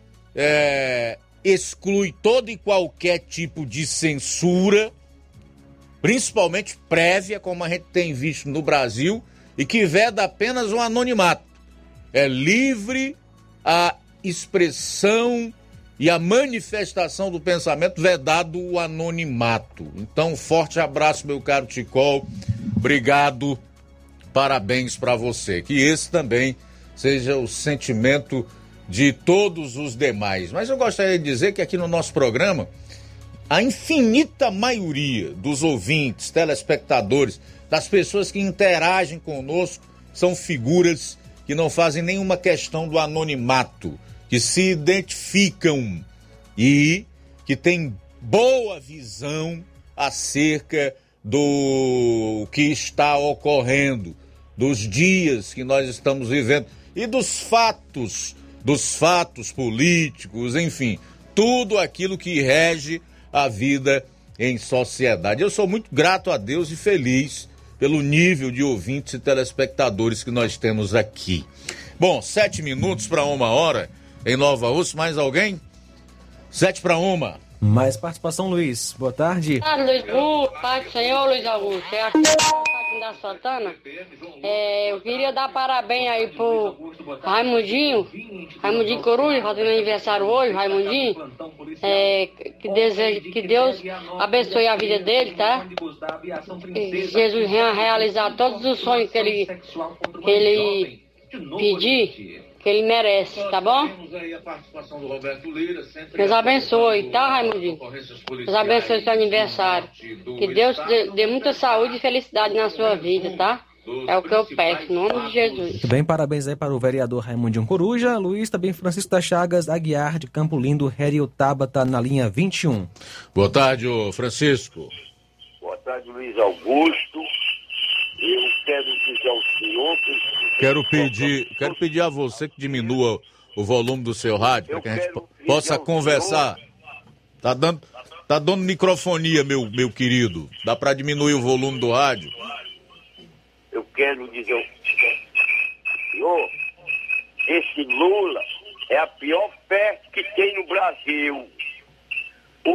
exclui todo e qualquer tipo de censura, principalmente prévia, como a gente tem visto no Brasil, e que veda apenas um anonimato. É livre a expressão e a manifestação do pensamento, vedado o anonimato. Então, forte abraço, meu caro Ticol. Obrigado, parabéns para você. Que esse também seja o sentimento de todos os demais. Mas eu gostaria de dizer que aqui no nosso programa, a infinita maioria dos ouvintes, telespectadores, das pessoas que interagem conosco, são figuras que não fazem nenhuma questão do anonimato, que se identificam e que têm boa visão acerca do que está ocorrendo, dos dias que nós estamos vivendo e dos fatos políticos, enfim, tudo aquilo que rege a vida em sociedade. Eu sou muito grato a Deus e feliz pelo nível de ouvintes e telespectadores que nós temos aqui. Bom, 7 minutos para 1h em Nova Russa. Mais alguém? 7:01. Mais participação, Luiz. Boa tarde. Boa tarde, Luiz. Boa tarde, senhor Luiz Augusto. É a da Santana. Eu queria dar parabéns aí pro Raimundinho Coruja, fazendo aniversário hoje, Raimundinho. Que Deus abençoe a vida dele, tá? Que Jesus venha realizar todos os sonhos que ele pedir, que ele merece, tá bom? Deus abençoe, tá, Raimundinho? Deus abençoe seu aniversário. Que Deus dê muita saúde e felicidade na sua vida, tá? É o que eu peço, em nome de Jesus. Muito bem, parabéns aí para o vereador Raimundinho Coruja. Luiz, também Francisco das Chagas Aguiar, de Campo Lindo, Heriotaba, tá na linha 21. Boa tarde, ô Francisco. Boa tarde, Luiz Augusto. Eu quero dizer ao senhor Quero pedir a você que diminua o volume do seu rádio, para que a gente possa conversar. Tá dando microfonia, meu querido. Dá para diminuir o volume do rádio? Eu quero dizer ao senhor, esse Lula é a pior peste que tem no Brasil.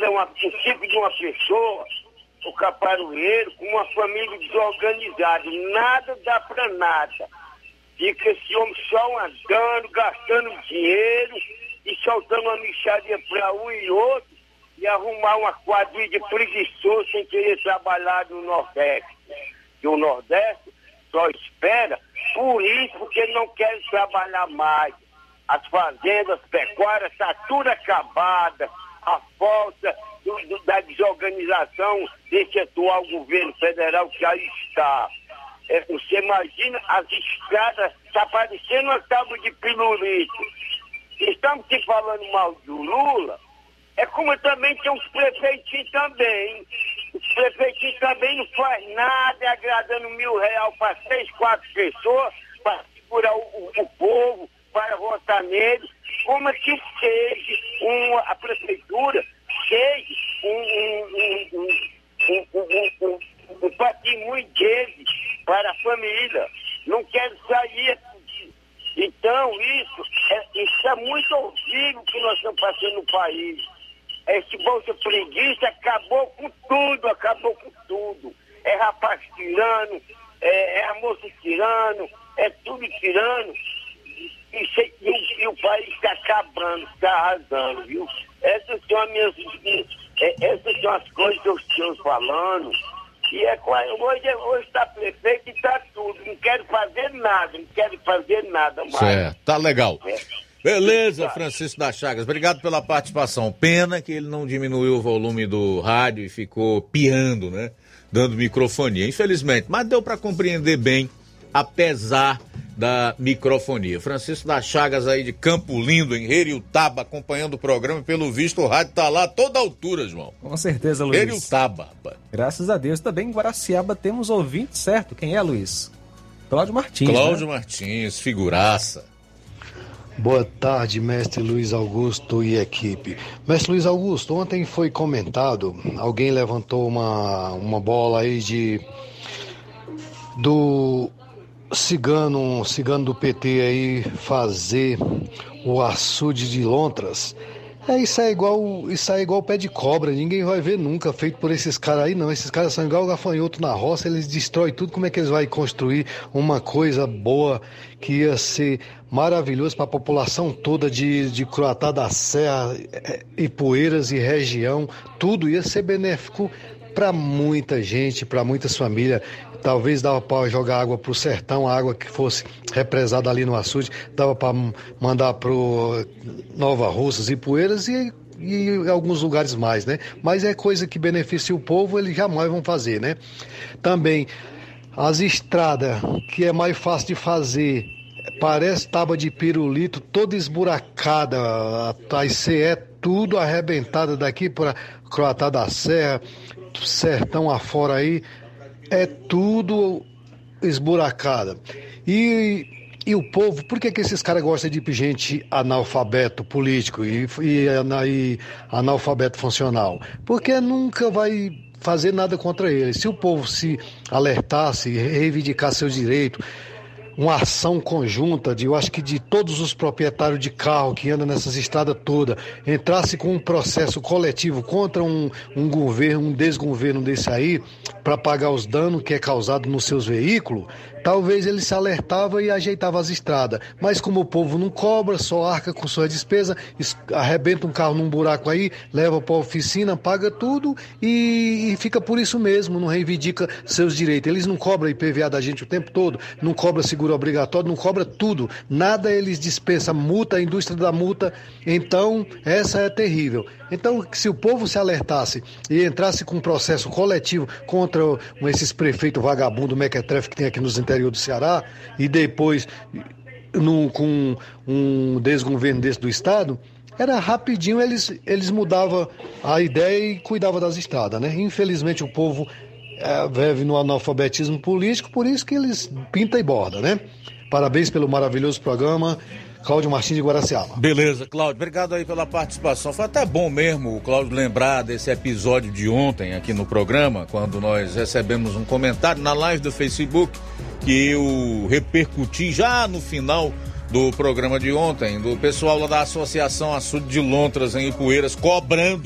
ele é um tipo de uma pessoa, o caparoeiro, com uma família desorganizada. Nada dá pra nada. Fica esse homem só andando, gastando dinheiro e soltando uma mixaria pra um e outro e arrumar uma quadrilha de preguiçoso sem querer trabalhar no Nordeste. E o Nordeste só espera por isso, porque não quer trabalhar mais. As fazendas pecuárias estão tudo acabadas, a falta da desorganização desse atual governo federal que aí está. Você imagina as estradas, está parecendo uma tábua de pirulito. Estamos aqui falando mal do Lula, é como também tem uns prefeitinhos também. Os prefeitinhos também não faz nada, agradando R$1.000 para 3, 4 pessoas, para segurar o povo, para votar nele. Como é que seja a prefeitura, seja um patrimônio dele para a família. Não quero sair. Então, isso é muito horrível que nós estamos passando no país. Esse Bolsa Preguiça acabou com tudo. É rapaz tirando, é a moça tirando, é tudo tirando. E o país está acabando, está arrasando, viu? Essas são as coisas que eu estou falando. E hoje está prefeito e está tudo. Não quero fazer nada mais. Certo, tá legal. Beleza, Francisco das Chagas, obrigado pela participação. Pena que ele não diminuiu o volume do rádio e ficou piando, né? Dando microfonia, infelizmente, mas deu para compreender bem, apesar da microfonia. Francisco das Chagas aí de Campo Lindo, em Heriutaba, acompanhando o programa, pelo visto o rádio tá lá a toda altura, João. Com certeza, Luiz. Heriutaba, rapaz. Graças a Deus. Também em Guaraciaba temos ouvinte, certo? Quem é, Luiz? Cláudio Martins. Cláudio, né? Martins, figuraça. Boa tarde, mestre Luiz Augusto e equipe. Mestre Luiz Augusto, ontem foi comentado, alguém levantou uma bola aí do cigano do PT aí fazer o açude de lontras. Isso é igual pé de cobra, ninguém vai ver nunca feito por esses caras aí não. Esses caras são igual gafanhoto na roça, eles destroem tudo. Como é que eles vão construir uma coisa boa que ia ser maravilhoso para a população toda de Croatá da Serra, Ipueiras e região? Tudo ia ser benéfico para muita gente, para muitas famílias. Talvez dava para jogar água para o sertão, a água que fosse represada ali no açude, dava para mandar para Nova Russas e Poeiras e alguns lugares mais, né? Mas é coisa que beneficia o povo, eles jamais vão fazer, né? Também as estradas, que é mais fácil de fazer, parece tábua de pirulito, toda esburacada, a ICE tudo arrebentada daqui para Croatá da Serra, sertão afora aí, é tudo esburacada. E o povo, por que esses caras gostam de gente analfabeto político e analfabeto funcional? Porque nunca vai fazer nada contra eles. Se o povo se alertasse, reivindicar seus direitos, uma ação conjunta eu acho que de todos os proprietários de carro que andam nessas estradas todas, entrasse com um processo coletivo contra um governo, um desgoverno desse aí, para pagar os danos que é causado nos seus veículos, talvez ele se alertava e ajeitava as estradas. Mas como o povo não cobra, só arca com sua despesa, arrebenta um carro num buraco aí, leva para a oficina, paga tudo e fica por isso mesmo, não reivindica seus direitos. Eles não cobram IPVA da gente o tempo todo, não cobra seguro obrigatório, não cobra tudo. Nada eles dispensam, multa, a indústria da multa. Então, essa é terrível. Então, se o povo se alertasse e entrasse com um processo coletivo contra esses prefeitos vagabundos mequetrefe que tem aqui nos interior do Ceará, e depois com um desgoverno desse do Estado, era rapidinho, eles mudavam a ideia e cuidavam das estradas, né? Infelizmente o povo vive no analfabetismo político, por isso que eles pintam e bordam, né? Parabéns pelo maravilhoso programa. Cláudio Martins de Guaraciaba. Beleza, Cláudio, obrigado aí pela participação. Foi até bom mesmo o Cláudio lembrar desse episódio de ontem aqui no programa, quando nós recebemos um comentário na live do Facebook que eu repercuti já no final do programa de ontem, do pessoal lá da Associação Açude de Lontras em Ipueiras, cobrando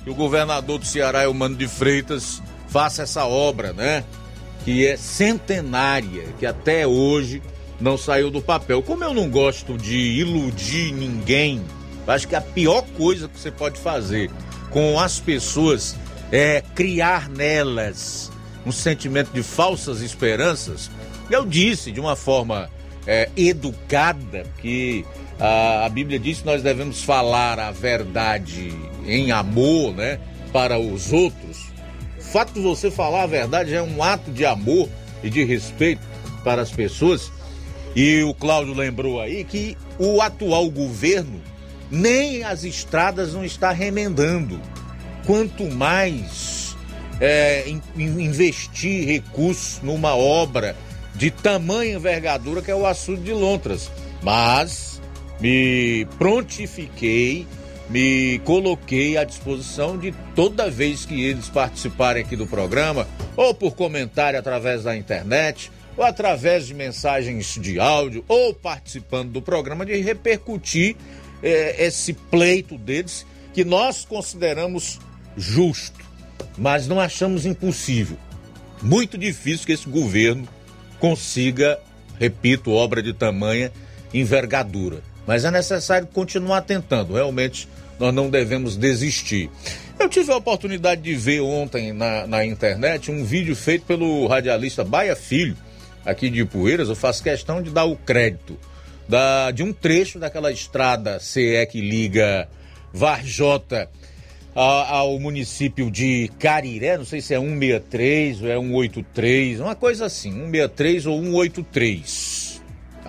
que o governador do Ceará, Eumano de Freitas, faça essa obra, né? Que é centenária, que até hoje não saiu do papel. Como eu não gosto de iludir ninguém, acho que a pior coisa que você pode fazer com as pessoas é criar nelas um sentimento de falsas esperanças. Eu disse de uma forma educada que a Bíblia diz que nós devemos falar a verdade em amor, né, para os outros. O fato de você falar a verdade é um ato de amor e de respeito para as pessoas. E o Cláudio lembrou aí que o atual governo nem as estradas não está remendando. Quanto mais investir recursos numa obra de tamanha envergadura que é o Açude de Lontras. Mas me prontifiquei, me coloquei à disposição de toda vez que eles participarem aqui do programa, ou por comentário através da internet, ou através de mensagens de áudio, ou participando do programa, de repercutir esse pleito deles, que nós consideramos justo, mas não achamos impossível. Muito difícil que esse governo consiga, repito, obra de tamanha envergadura. Mas é necessário continuar tentando. Realmente, nós não devemos desistir. Eu tive a oportunidade de ver ontem na internet um vídeo feito pelo radialista Baia Filho, aqui de Ipueiras. Eu faço questão de dar o crédito de um trecho daquela estrada CE que liga Varjota ao município de Cariré. Não sei se é 163 ou é 183, uma coisa assim, 163 ou 183.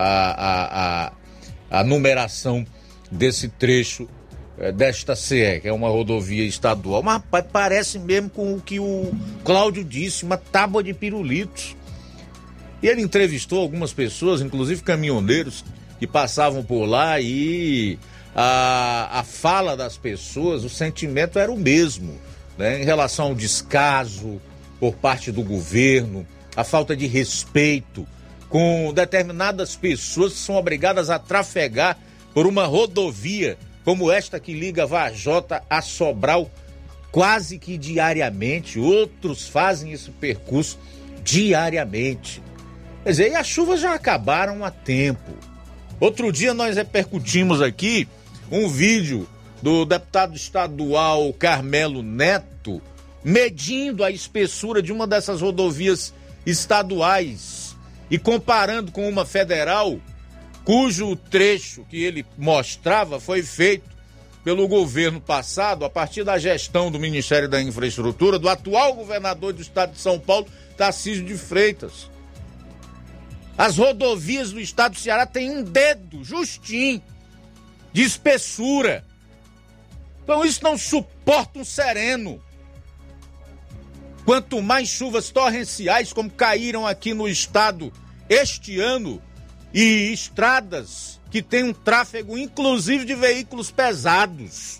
A numeração desse trecho desta CE, que é uma rodovia estadual. Mas parece mesmo com o que o Cláudio disse, uma tábua de pirulitos. E ele entrevistou algumas pessoas, inclusive caminhoneiros, que passavam por lá, e a fala das pessoas, o sentimento era o mesmo, né, em relação ao descaso por parte do governo, a falta de respeito com determinadas pessoas que são obrigadas a trafegar por uma rodovia como esta que liga Varjota a Sobral quase que diariamente. Outros fazem esse percurso diariamente. Quer dizer, e as chuvas já acabaram há tempo. Outro dia nós repercutimos aqui um vídeo do deputado estadual Carmelo Neto medindo a espessura de uma dessas rodovias estaduais e comparando com uma federal, cujo trecho que ele mostrava foi feito pelo governo passado, a partir da gestão do Ministério da Infraestrutura, do atual governador do estado de São Paulo, Tarcísio de Freitas. As rodovias do estado do Ceará têm um dedo justinho de espessura. Então isso não suporta um sereno. Quanto mais chuvas torrenciais como caíram aqui no estado este ano, e estradas que têm um tráfego inclusive de veículos pesados.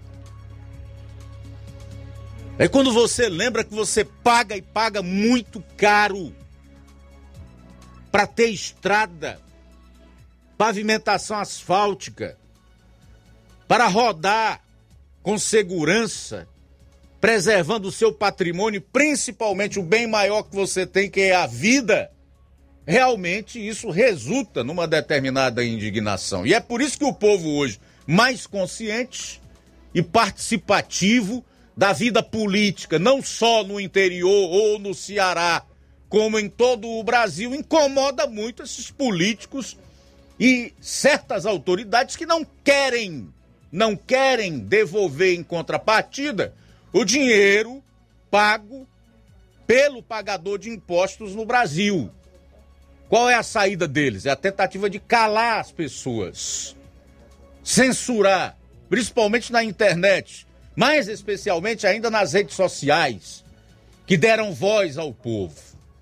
É quando você lembra que você paga e paga muito caro para ter estrada, pavimentação asfáltica, para rodar com segurança, preservando o seu patrimônio, principalmente o bem maior que você tem, que é a vida. Realmente isso resulta numa determinada indignação. E é por isso que o povo hoje, mais consciente e participativo da vida política, não só no interior ou no Ceará, como em todo o Brasil, incomoda muito esses políticos e certas autoridades que não querem devolver em contrapartida o dinheiro pago pelo pagador de impostos no Brasil. Qual é a saída deles? É a tentativa de calar as pessoas, censurar, principalmente na internet, mais especialmente ainda nas redes sociais, que deram voz ao povo.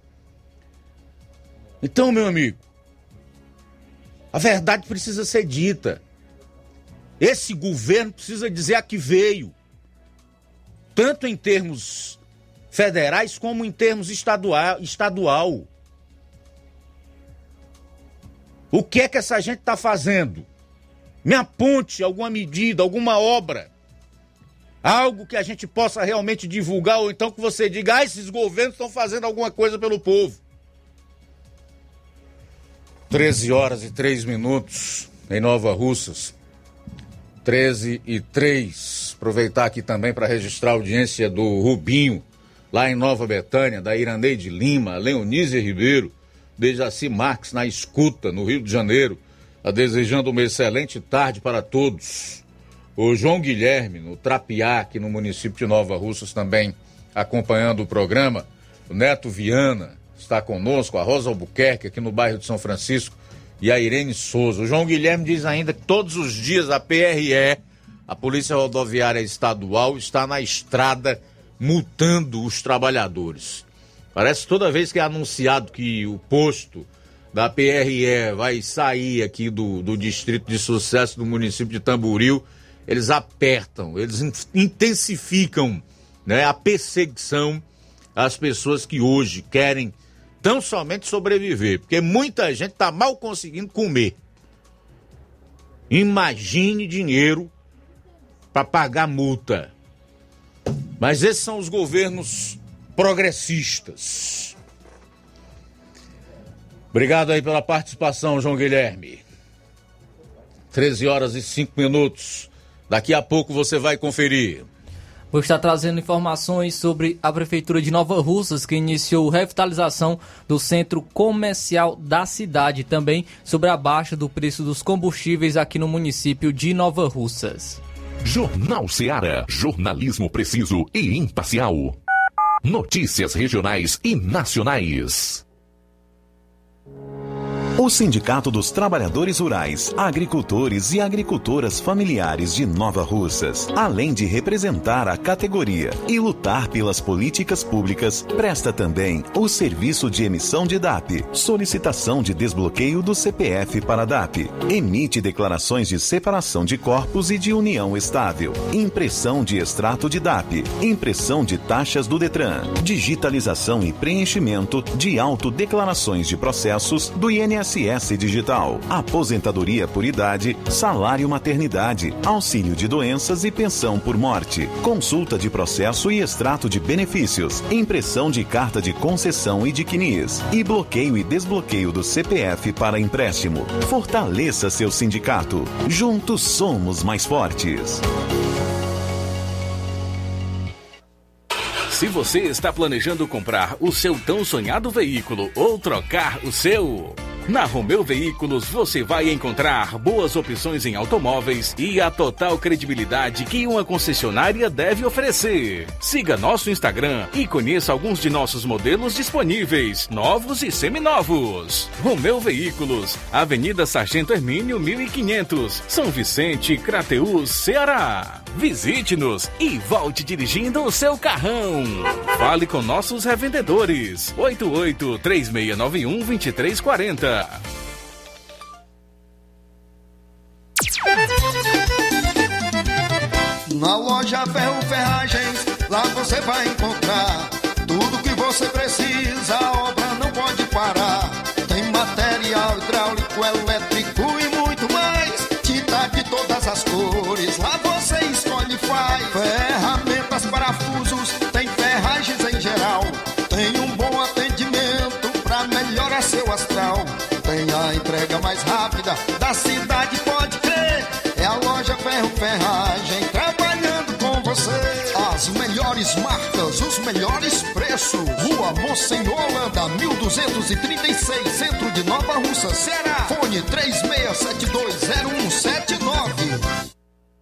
Então, meu amigo, a verdade precisa ser dita. Esse governo precisa dizer a que veio, tanto em termos federais como em termos estadual. O que é que essa gente está fazendo? Me aponte alguma medida, alguma obra Algo que a gente possa realmente divulgar, ou então que você diga, esses governos estão fazendo alguma coisa pelo povo. 13h03 em Nova Russas. 13h03. Aproveitar aqui também para registrar a audiência do Rubinho, lá em Nova Betânia, da Iraneide Lima, Leonísia Ribeiro, Dejaci Marques na escuta, no Rio de Janeiro, desejando uma excelente tarde para todos. O João Guilherme, no Trapiá, aqui no município de Nova Russas, também acompanhando o programa. O Neto Viana está conosco, a Rosa Albuquerque, aqui no bairro de São Francisco, e a Irene Souza. O João Guilherme diz ainda que todos os dias a PRE, a Polícia Rodoviária Estadual, está na estrada multando os trabalhadores. Parece que toda vez que é anunciado que o posto da PRE vai sair aqui do distrito de Sucesso do município de Tamboril, eles apertam, eles intensificam, né, a perseguição às pessoas que hoje querem tão somente sobreviver, porque muita gente está mal conseguindo comer. Imagine dinheiro para pagar multa. Mas esses são os governos progressistas. Obrigado aí pela participação, João Guilherme. 13h05. Daqui a pouco você vai conferir. Vou estar trazendo informações sobre a Prefeitura de Nova Russas, que iniciou revitalização do centro comercial da cidade. Também sobre a baixa do preço dos combustíveis aqui no município de Nova Russas. Jornal Ceará. Jornalismo preciso e imparcial. Notícias regionais e nacionais. O Sindicato dos Trabalhadores Rurais, Agricultores e Agricultoras Familiares de Nova Russas, além de representar a categoria e lutar pelas políticas públicas, presta também o serviço de emissão de DAP, solicitação de desbloqueio do CPF para DAP, emite declarações de separação de corpos e de união estável, impressão de extrato de DAP, impressão de taxas do Detran, digitalização e preenchimento de autodeclarações de processos do INSS Digital, aposentadoria por idade, salário maternidade, auxílio de doenças e pensão por morte, consulta de processo e extrato de benefícios, impressão de carta de concessão e de CNIS, e bloqueio e desbloqueio do CPF para empréstimo. Fortaleça seu sindicato. Juntos somos mais fortes. Se você está planejando comprar o seu tão sonhado veículo ou trocar o seu, na Romeu Veículos você vai encontrar boas opções em automóveis e a total credibilidade que uma concessionária deve oferecer. Siga nosso Instagram e conheça alguns de nossos modelos disponíveis, novos e seminovos. Romeu Veículos, Avenida Sargento Hermínio 1500, São Vicente, Crateús, Ceará. Visite-nos e volte dirigindo o seu carrão. Fale com nossos revendedores. 88-3691-2340. Na loja Ferro Ferragens, lá você vai encontrar tudo que você precisa, a obra não pode parar. Tem material hidráulico, elétrico e muito mais. Tinta de todas as cores, lá você escolhe e faz. Ferramentas, parafusos, tem ferragens em geral. Tem um bom atendimento pra melhorar seu astral. Tem a entrega mais rápida da cidade, pode crer. É a loja Ferro Ferragem trabalhando com você. As melhores marcas, os melhores preços. Rua Monsenhor Holanda, 1236, centro de Nova Russa, Ceará. Fone 36720179.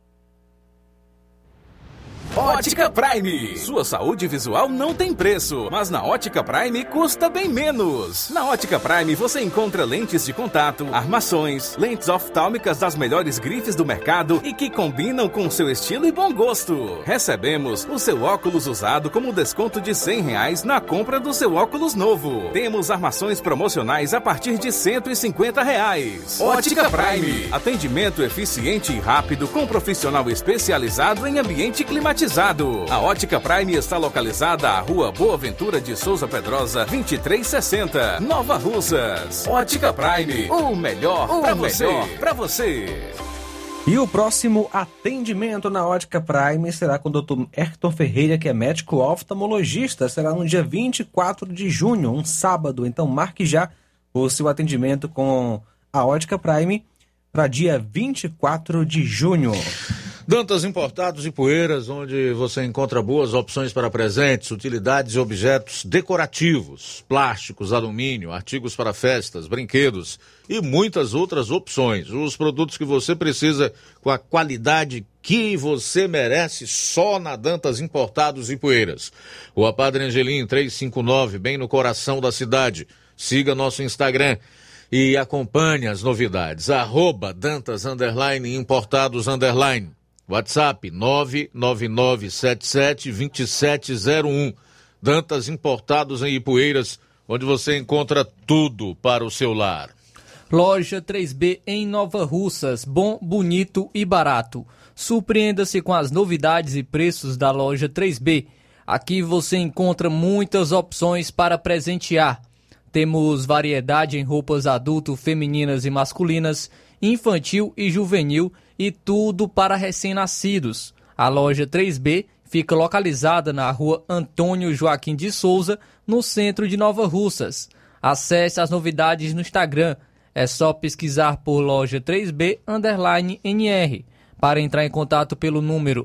Ótica Prime. Sua saúde visual não tem preço, mas na Ótica Prime custa bem menos. Na Ótica Prime você encontra lentes de contato, armações, lentes oftálmicas das melhores grifes do mercado e que combinam com seu estilo e bom gosto. Recebemos o seu óculos usado como desconto de R$100 na compra do seu óculos novo. Temos armações promocionais a partir de R$150. Ótica Prime. Atendimento eficiente e rápido com profissional especializado em ambiente climatizado. A Ótica Prime está localizada à Rua Boa Ventura de Souza Pedrosa, 2360, Nova Russas. Ótica Prime, o melhor para você. E o próximo atendimento na Ótica Prime será com o Dr. Hector Ferreira, que é médico oftalmologista. Será no dia 24 de junho, um sábado. Então marque já o seu atendimento com a Ótica Prime para dia 24 de junho. Dantas Importados e Poeiras, onde você encontra boas opções para presentes, utilidades e objetos decorativos, plásticos, alumínio, artigos para festas, brinquedos e muitas outras opções. Os produtos que você precisa com a qualidade que você merece só na Dantas Importados e Poeiras. Rua Padre Angelim 359, bem no coração da cidade. Siga nosso Instagram e acompanhe as novidades. @Dantas_Importados_. WhatsApp 999772701. Dantas Importados em Ipueiras, onde você encontra tudo para o seu lar. Loja 3B em Nova Russas, bom, bonito e barato. Surpreenda-se com as novidades e preços da Loja 3B. Aqui você encontra muitas opções para presentear. Temos variedade em roupas adulto, femininas e masculinas, infantil e juvenil e tudo para recém-nascidos. A loja 3B fica localizada na rua Antônio Joaquim de Souza, no centro de Nova Russas. Acesse as novidades no Instagram. É só pesquisar por loja 3B_NR. Para entrar em contato pelo número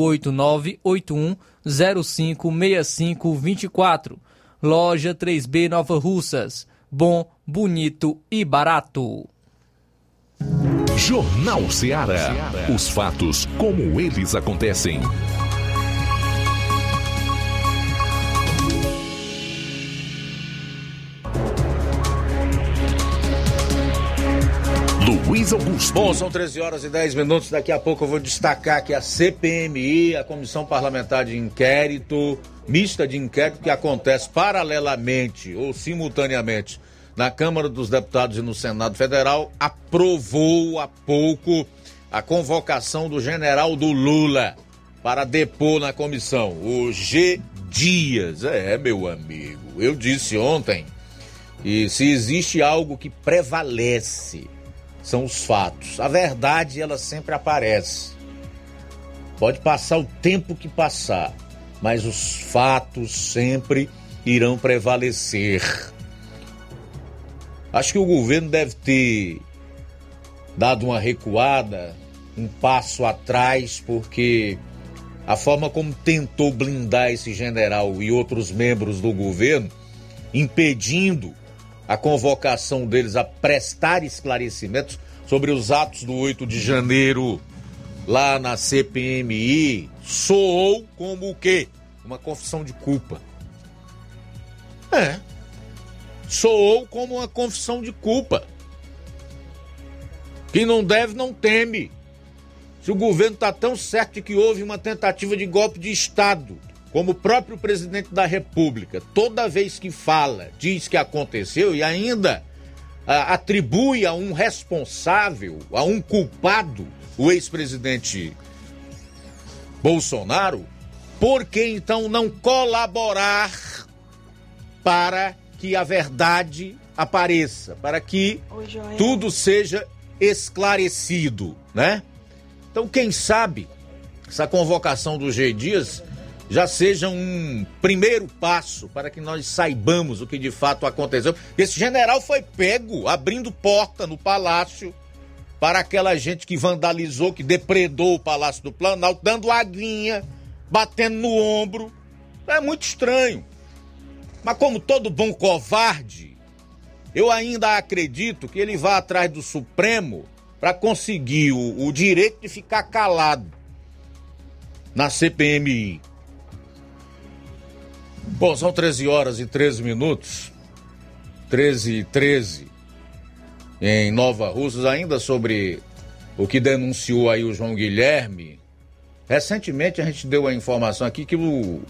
889-8105-6524. Loja 3B Nova Russas. Bom, bonito e barato. Jornal Ceará. Os fatos como eles acontecem. Luiz Augusto. Bom, são 13h10. Daqui a pouco eu vou destacar que a CPMI, a Comissão Parlamentar de Inquérito, mista de inquérito, que acontece paralelamente ou simultaneamente na Câmara dos Deputados e no Senado Federal, aprovou há pouco a convocação do general do Lula para depor na comissão, o G. Dias. Meu amigo, eu disse ontem, e se existe algo que prevalece, são os fatos. A verdade, ela sempre aparece. Pode passar o tempo que passar, mas os fatos sempre irão prevalecer. Acho que o governo deve ter dado uma recuada, um passo atrás, porque a forma como tentou blindar esse general e outros membros do governo, impedindo a convocação deles a prestar esclarecimentos sobre os atos do 8 de janeiro lá na CPMI, soou como o quê? Uma confissão de culpa. Soou como uma confissão de culpa. Quem não deve, não teme. Se o governo está tão certo de que houve uma tentativa de golpe de Estado, como o próprio presidente da República, toda vez que fala, diz que aconteceu e ainda atribui a um responsável, a um culpado, o ex-presidente Bolsonaro, por que então não colaborar para que a verdade apareça, para que tudo seja esclarecido, né? Então, quem sabe, essa convocação do G. Dias já seja um primeiro passo para que nós saibamos o que de fato aconteceu. Esse general foi pego abrindo porta no palácio para aquela gente que vandalizou, que depredou o Palácio do Planalto, dando aguinha, batendo no ombro. É muito estranho. Mas como todo bom covarde, eu ainda acredito que ele vai atrás do Supremo para conseguir o direito de ficar calado na CPMI. Bom, são 13h13, 13h13, em Nova Russas, ainda sobre o que denunciou aí o João Guilherme. Recentemente a gente deu a informação aqui que o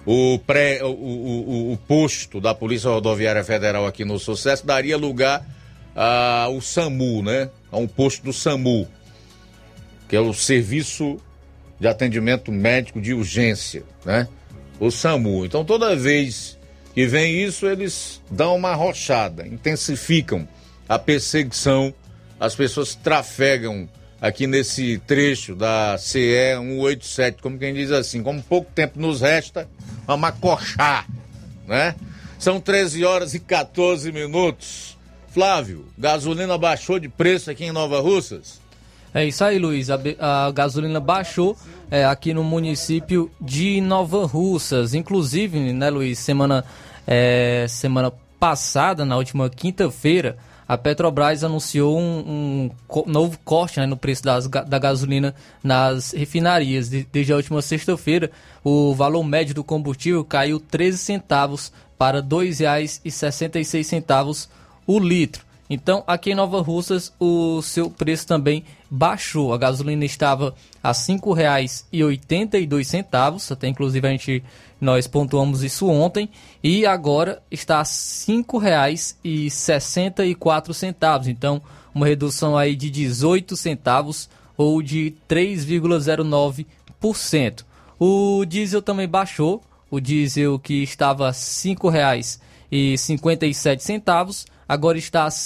posto da Polícia Rodoviária Federal aqui no Sucesso daria lugar ao SAMU, né? A um posto do SAMU, que é o Serviço de Atendimento Médico de Urgência, né? O SAMU. Então, toda vez que vem isso, eles dão uma arrochada, intensificam a perseguição às pessoas que trafegam aqui nesse trecho da CE 187, como quem diz assim, como pouco tempo nos resta, vamos acochar, né? São 13 horas e 14 minutos. Flávio, gasolina baixou de preço aqui em Nova Russas? É isso aí, Luiz. A gasolina baixou aqui no município de Nova Russas. Inclusive, né, Luiz, semana passada, na última quinta-feira, a Petrobras anunciou um novo corte, né, no preço da gasolina nas refinarias. Desde a última sexta-feira, o valor médio do combustível caiu 13 centavos para R$ 2,66 o litro. Então, aqui em Nova Russas, o seu preço também baixou. A gasolina estava a R$ 5,82, até inclusive nós pontuamos isso ontem, e agora está a R$ 5,64. Então, uma redução aí de 18 centavos ou de 3,09%. O diesel também baixou. O diesel que estava a R$ 5,57, agora está a R$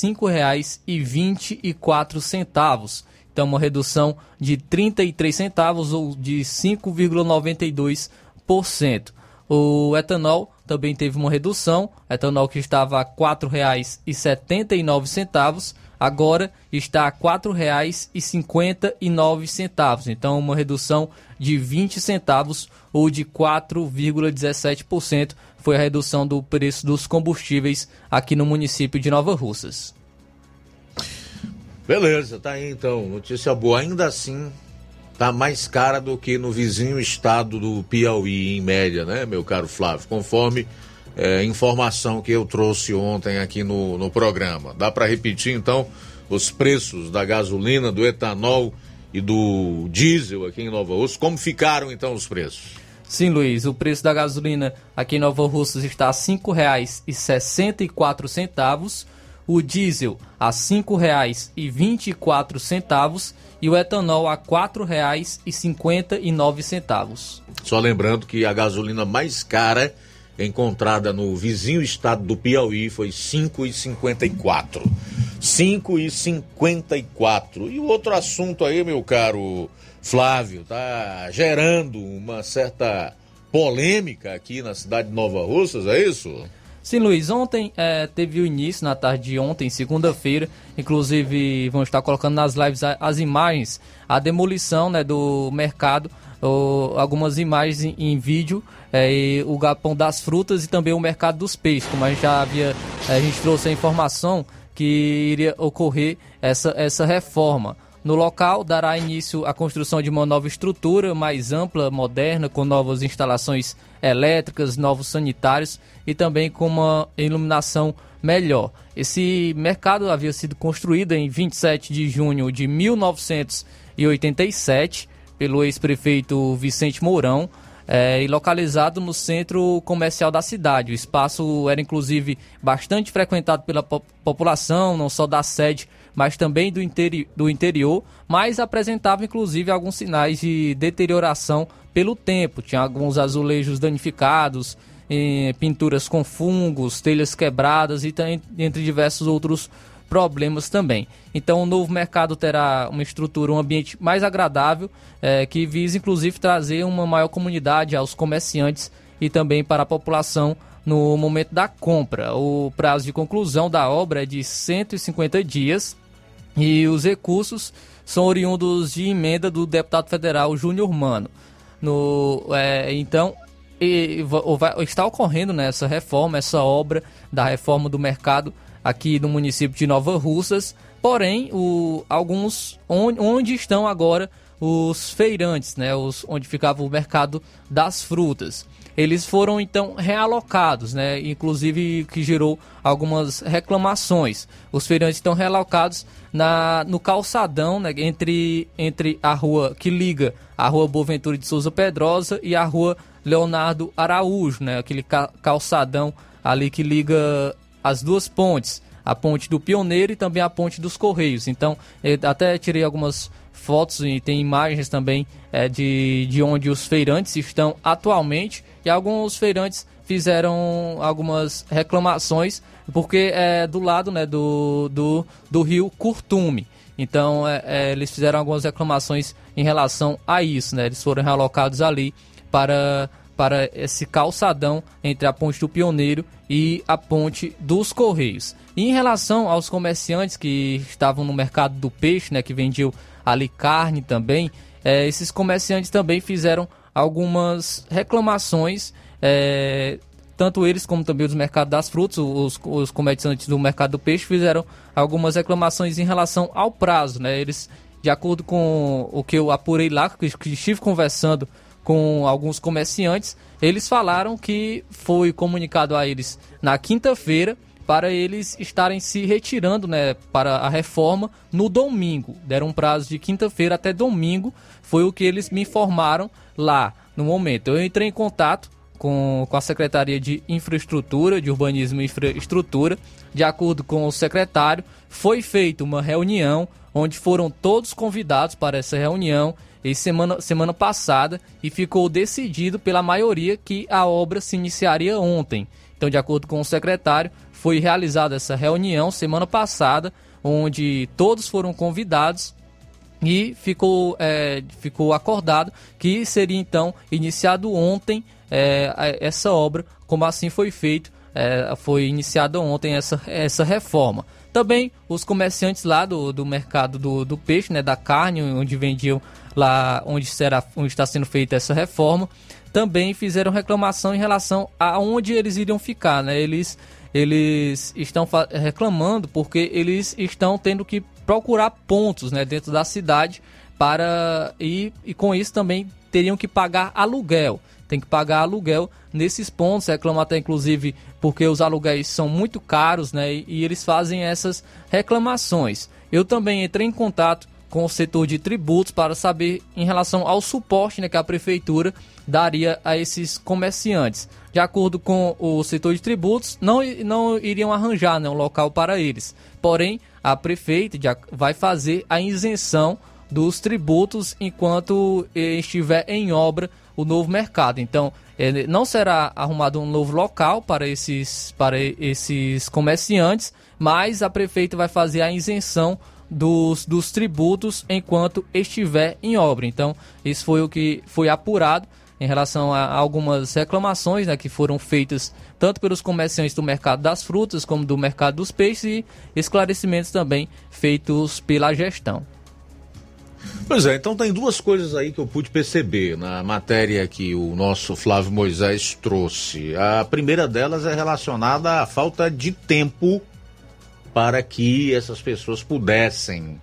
5,24. Então, uma redução de 33 centavos ou de 5,92%. O etanol também teve uma redução. Etanol que estava a R$ 4,79, agora está a R$ 4,59. Então, uma redução de 20 centavos ou de 4,17% foi a redução do preço dos combustíveis aqui no município de Nova Russas. Beleza, tá aí então, notícia boa. Ainda assim, tá mais cara do que no vizinho estado do Piauí, em média, né, meu caro Flávio? Conforme informação que eu trouxe ontem aqui no programa. Dá para repetir, então, os preços da gasolina, do etanol e do diesel aqui em Nova Russas? Como ficaram, então, os preços? Sim, Luiz, o preço da gasolina aqui em Nova Russas está a R$ 5,64, o diesel a R$ 5,24 e o etanol a R$ 4,59. Só lembrando que a gasolina mais cara encontrada no vizinho estado do Piauí foi R$ 5,54. R$ 5,54. E o outro assunto aí, meu caro Flávio, tá gerando uma certa polêmica aqui na cidade de Nova Russas, é isso? Sim, Luiz, ontem teve o início, na tarde de ontem, segunda-feira, inclusive vão estar colocando nas lives as imagens, a demolição, né, do mercado, algumas imagens em vídeo, o Galpão das Frutas e também o Mercado dos Peixes, como a gente trouxe a informação que iria ocorrer essa reforma. No local, dará início à construção de uma nova estrutura mais ampla, moderna, com novas instalações elétricas, novos sanitários e também com uma iluminação melhor. Esse mercado havia sido construído em 27 de junho de 1987 pelo ex-prefeito Vicente Mourão, e localizado no centro comercial da cidade. O espaço era inclusive bastante frequentado pela população, não só da sede, mas também do interior, mas apresentava inclusive alguns sinais de deterioração pelo tempo. Tinha alguns azulejos danificados, pinturas com fungos, telhas quebradas e entre diversos outros problemas também. Então o novo mercado terá uma estrutura, um ambiente mais agradável, que visa inclusive trazer uma maior comunidade aos comerciantes e também para a população no momento da compra. O prazo de conclusão da obra é de 150 dias e os recursos são oriundos de emenda do deputado federal Júnior Mano. Então está ocorrendo, né, essa reforma, essa obra da reforma do mercado aqui no município de Nova Russas, porém, onde estão agora os feirantes, né, onde ficava o mercado das frutas. Eles foram então realocados, né, inclusive que gerou algumas reclamações. Os feirantes estão realocados no calçadão, né, entre a rua que liga a rua Boaventura de Souza Pedrosa e a rua Leonardo Araújo, né, aquele calçadão ali que liga as duas pontes, a ponte do Pioneiro e também a ponte dos Correios. Então, até tirei algumas fotos e tem imagens também de onde os feirantes estão atualmente, e alguns feirantes fizeram algumas reclamações porque é do lado, né, do rio Curtume. Então, eles fizeram algumas reclamações em relação a isso, né? Eles foram realocados ali para esse calçadão entre a Ponte do Pioneiro e a Ponte dos Correios. E em relação aos comerciantes que estavam no mercado do peixe, né, que vendiam ali carne também, esses comerciantes também fizeram algumas reclamações, tanto eles como também os mercados das frutas. Os comerciantes do mercado do peixe fizeram algumas reclamações em relação ao prazo, né? Eles, de acordo com o que eu apurei lá, que estive conversando com alguns comerciantes, eles falaram que foi comunicado a eles na quinta-feira para eles estarem se retirando, né, para a reforma no domingo. Deram um prazo de quinta-feira até domingo, foi o que eles me informaram lá no momento. Eu entrei em contato com a Secretaria de Infraestrutura, de Urbanismo e Infraestrutura. De acordo com o secretário, foi feita uma reunião onde foram todos convidados para essa reunião em semana passada, e ficou decidido pela maioria que a obra se iniciaria ontem. Então, de acordo com o secretário, foi realizada essa reunião semana passada, onde todos foram convidados e ficou acordado que seria então iniciado ontem essa obra, como assim foi feito, foi iniciada ontem essa reforma. Também os comerciantes lá do mercado do peixe, né, da carne, onde vendiam lá, onde está sendo feita essa reforma, também fizeram reclamação em relação a onde eles iriam ficar, né? Eles estão reclamando porque eles estão tendo que procurar pontos, né, dentro da cidade e com isso também teriam que pagar aluguel. Tem que pagar aluguel nesses pontos, reclamam até inclusive porque os aluguéis são muito caros, né? E eles fazem essas reclamações. Eu também entrei em contato com o setor de tributos para saber em relação ao suporte, né, que a prefeitura daria a esses comerciantes. De acordo com o setor de tributos, não iriam arranjar, né, um local para eles. Porém, a prefeita vai fazer a isenção dos tributos enquanto estiver em obra o novo mercado. Então, não será arrumado um novo local para esses comerciantes, mas a prefeita vai fazer a isenção dos tributos enquanto estiver em obra. Então, isso foi o que foi apurado em relação a algumas reclamações, né, que foram feitas tanto pelos comerciantes do mercado das frutas como do mercado dos peixes, e esclarecimentos também feitos pela gestão. Pois é, então tem duas coisas aí que eu pude perceber na matéria que o nosso Flávio Moisés trouxe. A primeira delas é relacionada à falta de tempo para que essas pessoas pudessem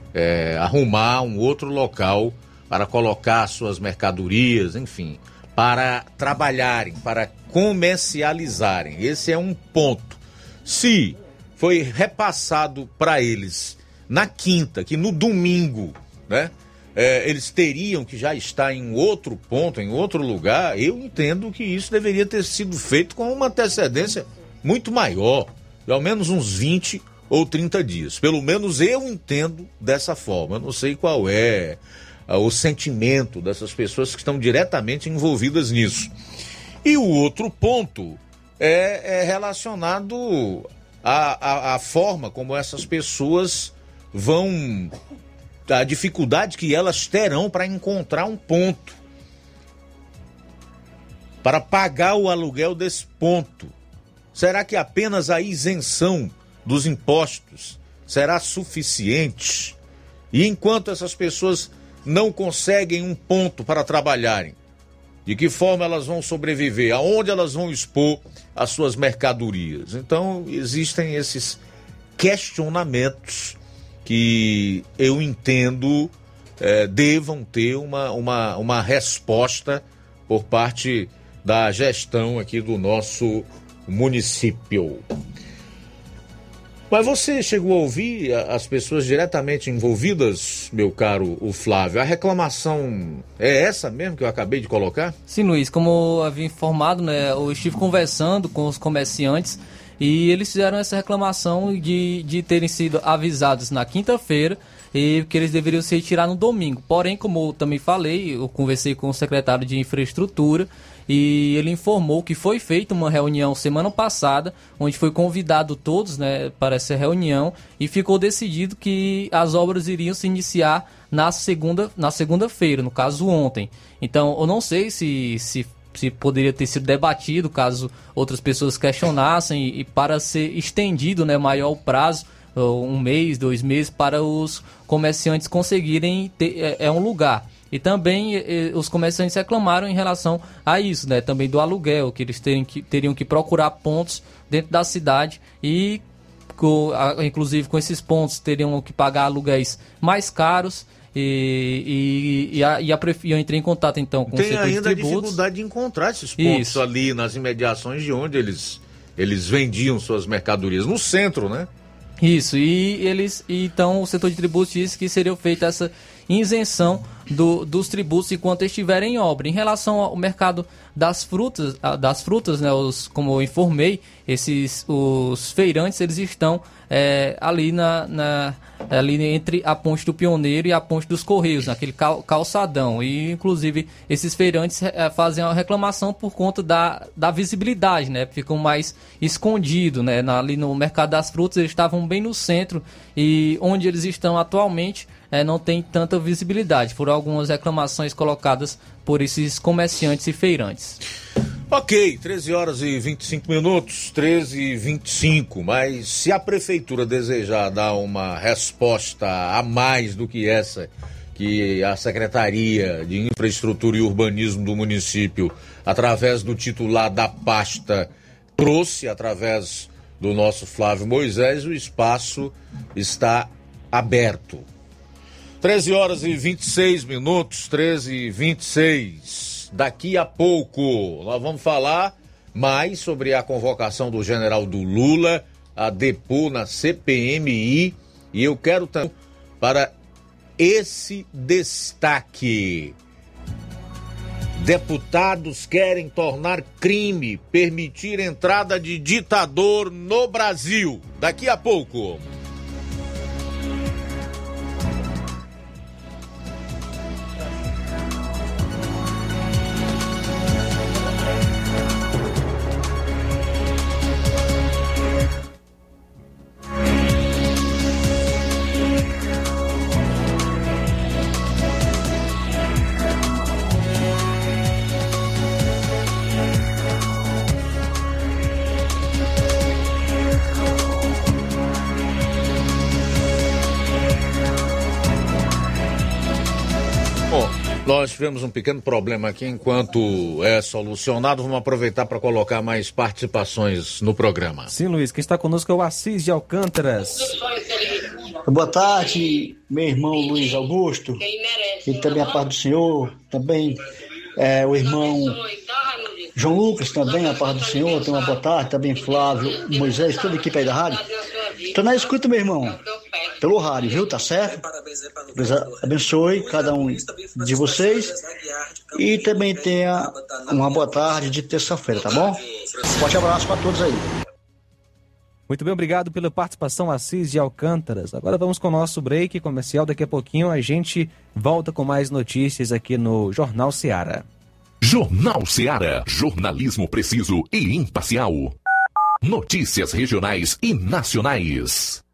arrumar um outro local para colocar suas mercadorias, enfim, para trabalharem, para comercializarem. Esse é um ponto. Se foi repassado para eles na quinta, que no domingo, né, eles teriam que já estar em outro ponto, em outro lugar, eu entendo que isso deveria ter sido feito com uma antecedência muito maior, de ao menos uns 20 ou 30 dias. Pelo menos eu entendo dessa forma. Eu não sei qual é o sentimento dessas pessoas que estão diretamente envolvidas nisso. E o outro ponto é relacionado à forma como essas pessoas vão, a dificuldade que elas terão para encontrar um ponto, para pagar o aluguel desse ponto. Será que apenas a isenção dos impostos será suficiente? E enquanto essas pessoas não conseguem um ponto para trabalharem, de que forma elas vão sobreviver? Aonde elas vão expor as suas mercadorias? Então, existem esses questionamentos que eu entendo devam ter uma resposta por parte da gestão aqui do nosso município. Mas você chegou a ouvir as pessoas diretamente envolvidas, meu caro o Flávio? A reclamação é essa mesmo que eu acabei de colocar? Sim, Luiz, como eu havia informado, né, eu estive conversando com os comerciantes e eles fizeram essa reclamação de terem sido avisados na quinta-feira e que eles deveriam se retirar no domingo. Porém, como eu também falei, eu conversei com o secretário de Infraestrutura e ele informou que foi feita uma reunião semana passada, onde foi convidado todos, né, para essa reunião, e ficou decidido que as obras iriam se iniciar na segunda-feira, no caso ontem. Então, eu não sei se poderia ter sido debatido, caso outras pessoas questionassem, e para ser estendido, né, maior o prazo, 1 mês, 2 meses, para os comerciantes conseguirem ter um lugar. E também os comerciantes reclamaram em relação a isso, né? Também do aluguel, que eles teriam que procurar pontos dentro da cidade e, inclusive, com esses pontos teriam que pagar aluguéis mais caros. E eu entrei em contato então com o setor de tributos. Tem ainda a dificuldade de encontrar esses pontos ali nas imediações de onde eles vendiam suas mercadorias, no centro, né? Isso, então o setor de tributos disse que seria feita essa isenção dos tributos enquanto estiverem em obra. Em relação ao mercado das frutas, né, como eu informei, os feirantes, eles estão ali ali entre a Ponte do Pioneiro e a Ponte dos Correios, naquele calçadão. E, inclusive, esses feirantes fazem a reclamação por conta da visibilidade, né? Ficam mais escondidos, né? Ali no mercado das frutas, eles estavam bem no centro e onde eles estão atualmente não tem tanta visibilidade, por algumas reclamações colocadas por esses comerciantes e feirantes. Ok, 13 horas e 25 minutos, 13h25, mas se a prefeitura desejar dar uma resposta a mais do que essa que a Secretaria de Infraestrutura e Urbanismo do município, através do titular da pasta, trouxe, através do nosso Flávio Moisés, o espaço está aberto. 13 horas e 26 minutos, 13h26. Daqui a pouco nós vamos falar mais sobre a convocação do general do Lula a depor na CPMI, e eu quero também para esse destaque. Deputados querem tornar crime permitir entrada de ditador no Brasil. Daqui a pouco. Nós tivemos um pequeno problema aqui. Enquanto é solucionado, vamos aproveitar para colocar mais participações no programa. Sim, Luiz, quem está conosco é o Assis de Alcântaras. Boa tarde, meu irmão Luiz Augusto, e também a paz do Senhor, também o irmão João Lucas, também a paz do Senhor, tem uma boa tarde, também Flávio, Moisés, toda a equipe aí da rádio. Estou na escuta, meu irmão, pelo rádio, viu? Tá certo? Deus abençoe cada um de vocês e também tenha uma boa tarde de terça-feira, tá bom? Forte abraço para todos aí. Muito bem, obrigado pela participação, Assis de Alcântaras. Agora vamos com o nosso break comercial. Daqui a pouquinho a gente volta com mais notícias aqui no Jornal Seara. Jornal Seara. Jornalismo preciso e imparcial. Notícias regionais e nacionais.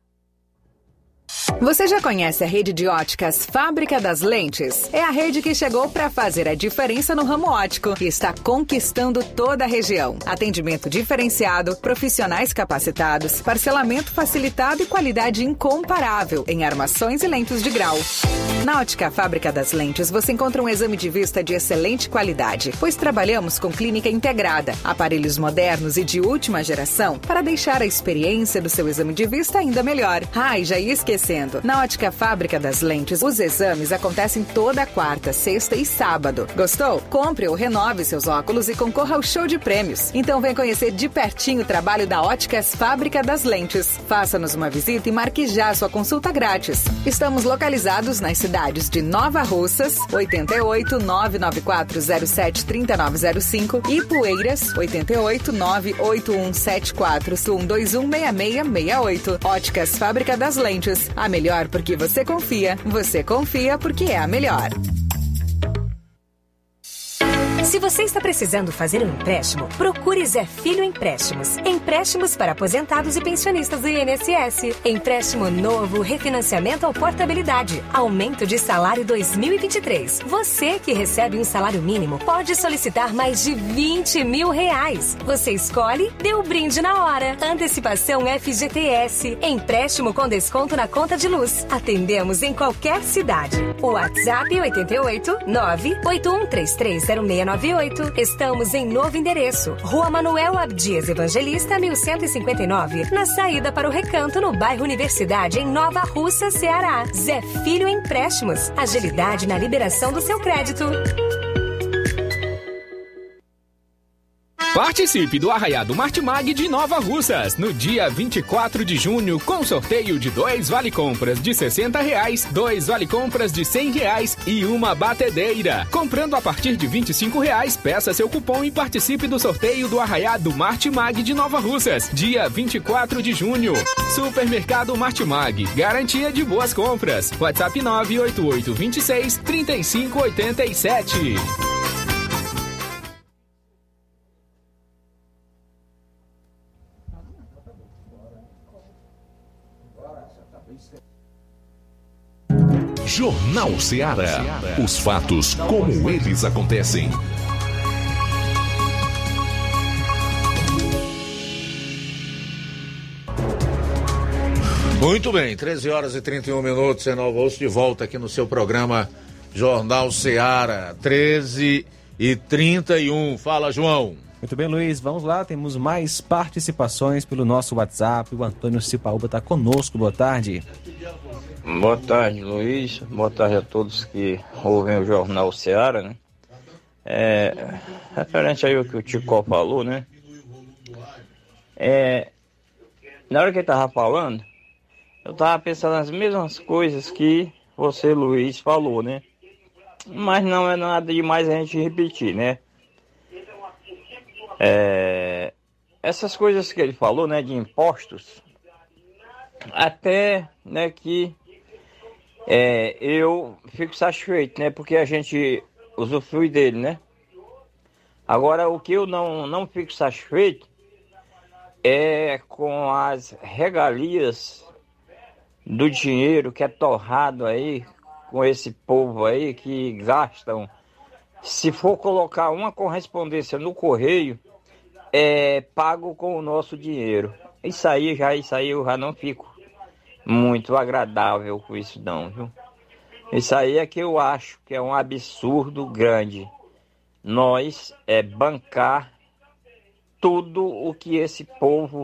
Você já conhece a rede de óticas Fábrica das Lentes? É a rede que chegou para fazer a diferença no ramo óptico e está conquistando toda a região. Atendimento diferenciado, profissionais capacitados, parcelamento facilitado e qualidade incomparável em armações e lentes de grau. Na Ótica Fábrica das Lentes você encontra um exame de vista de excelente qualidade, pois trabalhamos com clínica integrada, aparelhos modernos e de última geração para deixar a experiência do seu exame de vista ainda melhor. E já ia esquecer envelhecendo. Na Ótica Fábrica das Lentes, os exames acontecem toda quarta, sexta e sábado. Gostou? Compre ou renove seus óculos e concorra ao show de prêmios. Então vem conhecer de pertinho o trabalho da Óticas Fábrica das Lentes. Faça-nos uma visita e marque já sua consulta grátis. Estamos localizados nas cidades de Nova Russas, 88 99407 3905 e Poeiras, 88 98174 216668. Óticas Fábrica das Lentes. A melhor porque você confia. Você confia porque é a melhor. Se você está precisando fazer um empréstimo, procure Zé Filho Empréstimos. Empréstimos para aposentados e pensionistas do INSS. Empréstimo novo, refinanciamento ou portabilidade. Aumento de salário 2023. Você que recebe um salário mínimo pode solicitar mais de R$20 mil. Você escolhe, dê o brinde na hora. Antecipação FGTS. Empréstimo com desconto na conta de luz. Atendemos em qualquer cidade. O WhatsApp 88 981330698. Estamos em novo endereço. Rua Manuel Abdias Evangelista, 1159. Na saída para o Recanto, no bairro Universidade, em Nova Russa, Ceará. Zé Filho Empréstimos. Agilidade na liberação do seu crédito. Participe do Arraiado Martimag de Nova Russas, no dia 24 de junho, com sorteio de 2 vale-compras de R$60, 2 vale-compras de R$100 e uma batedeira. Comprando a partir de R$25, peça seu cupom e participe do sorteio do Arraiado Martimag de Nova Russas, dia 24 de junho. Supermercado Martimag, garantia de boas compras. WhatsApp 98826-3587. Jornal Ceará. Os fatos como eles acontecem. Muito bem, 13 horas e 31 minutos em Nova Russa, de volta aqui no seu programa Jornal Ceará, 13 e 31. Fala, João. Muito bem, Luiz, vamos lá, temos mais participações pelo nosso WhatsApp. O Antônio Cipaúba está conosco, boa tarde. Boa tarde, Luiz, boa tarde a todos que ouvem o Jornal Ceará, né? Referente aí ao que o Tico falou, né? Na hora que ele tava falando, eu tava pensando nas mesmas coisas que você, Luiz, falou, né? Mas não é nada demais a gente repetir, né? Essas coisas que ele falou, né, de impostos, até, né, que eu fico satisfeito, né, porque a gente usufrui dele, né. Agora, o que eu não fico satisfeito é com as regalias do dinheiro que é torrado aí com esse povo aí que gastam. Se for colocar uma correspondência no correio, pago com o nosso dinheiro. Isso aí eu já não fico muito agradável com isso não, viu? Isso aí é que eu acho que é um absurdo grande. Nós bancar tudo o que esse povo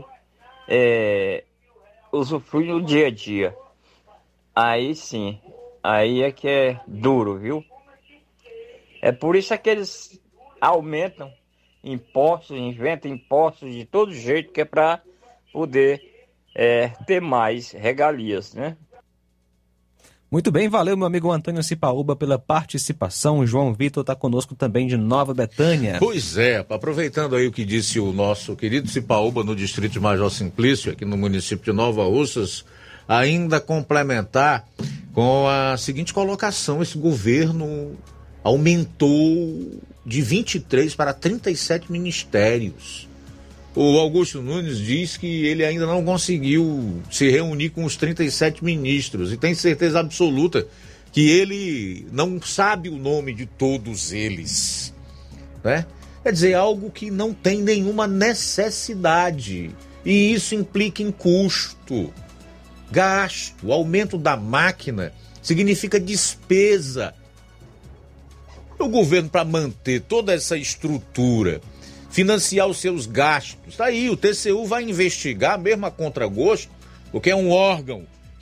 usufrui no dia a dia. Aí sim, aí é que é duro, viu? É por isso que eles aumentam impostos, inventam impostos de todo jeito, que é para poder ter mais regalias, né? Muito bem, valeu meu amigo Antônio Cipaúba pela participação. O João Vitor está conosco também de Nova Betânia. Pois é, aproveitando aí o que disse o nosso querido Cipaúba no distrito de Major Simplício, aqui no município de Nova Russas, ainda complementar com a seguinte colocação: esse governo aumentou de 23 para 37 ministérios. O Augusto Nunes diz que ele ainda não conseguiu se reunir com os 37 ministros e tem certeza absoluta que ele não sabe o nome de todos eles, né? Quer dizer, algo que não tem nenhuma necessidade, e isso implica em custo, gasto. O aumento da máquina significa despesa. O governo, para manter toda essa estrutura, financiar os seus gastos, tá aí, o TCU vai investigar, mesmo a contragosto, porque é um órgão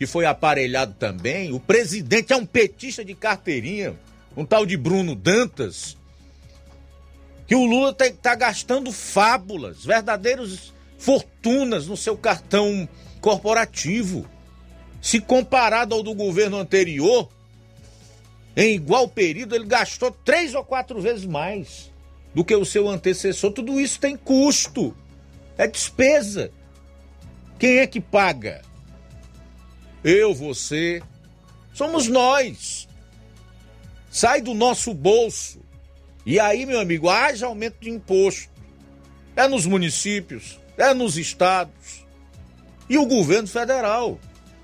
que foi aparelhado também. O presidente é um petista de carteirinha, um tal de Bruno Dantas, que o Lula tá gastando fábulas, verdadeiras fortunas no seu cartão corporativo. Se comparado ao do governo anterior, em igual período, ele gastou 3 ou 4 vezes mais do que o seu antecessor. Tudo isso tem custo, é despesa. Quem é que paga? Eu, você, somos nós. Sai do nosso bolso. E aí, meu amigo, haja aumento de imposto. É nos municípios, é nos estados e o governo federal.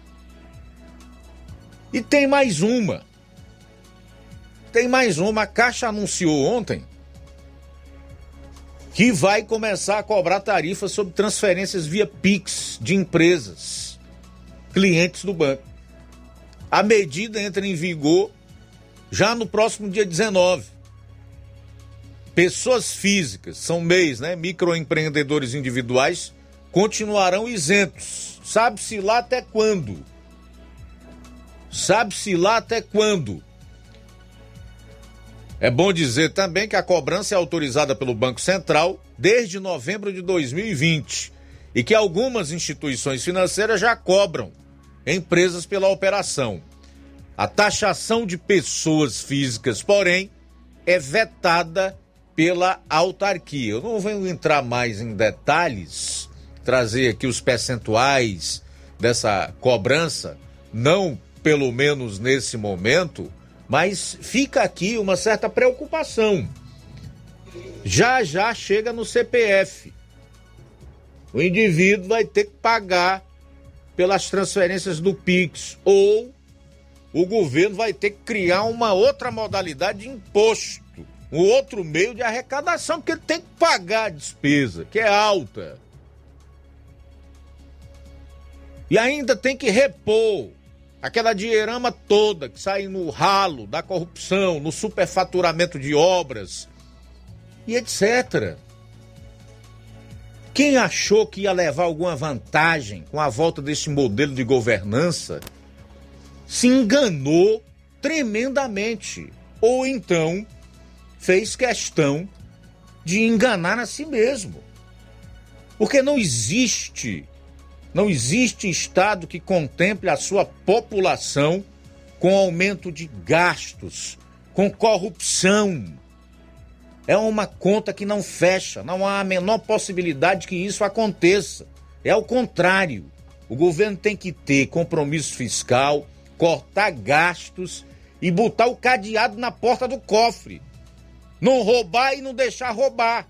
E tem mais uma. A Caixa anunciou ontem que vai começar a cobrar tarifas sobre transferências via Pix de empresas, clientes do banco. A medida entra em vigor já no próximo dia 19. Pessoas físicas, são MEIs, né? Microempreendedores individuais, continuarão isentos. Sabe-se lá até quando? É bom dizer também que a cobrança é autorizada pelo Banco Central desde novembro de 2020 e que algumas instituições financeiras já cobram empresas pela operação. A taxação de pessoas físicas, porém, é vetada pela autarquia. Eu não vou entrar mais em detalhes, trazer aqui os percentuais dessa cobrança, não pelo menos nesse momento, mas fica aqui uma certa preocupação. Já chega no CPF. O indivíduo vai ter que pagar pelas transferências do Pix, ou o governo vai ter que criar uma outra modalidade de imposto, um outro meio de arrecadação, porque ele tem que pagar a despesa, que é alta. E ainda tem que repor aquela dinheirama toda que sai no ralo da corrupção, no superfaturamento de obras e etc. Quem achou que ia levar alguma vantagem com a volta desse modelo de governança se enganou tremendamente, ou então fez questão de enganar a si mesmo. Porque não existe Estado que contemple a sua população com aumento de gastos, com corrupção. É uma conta que não fecha, não há a menor possibilidade que isso aconteça. É o contrário. O governo tem que ter compromisso fiscal, cortar gastos e botar o cadeado na porta do cofre. Não roubar e não deixar roubar.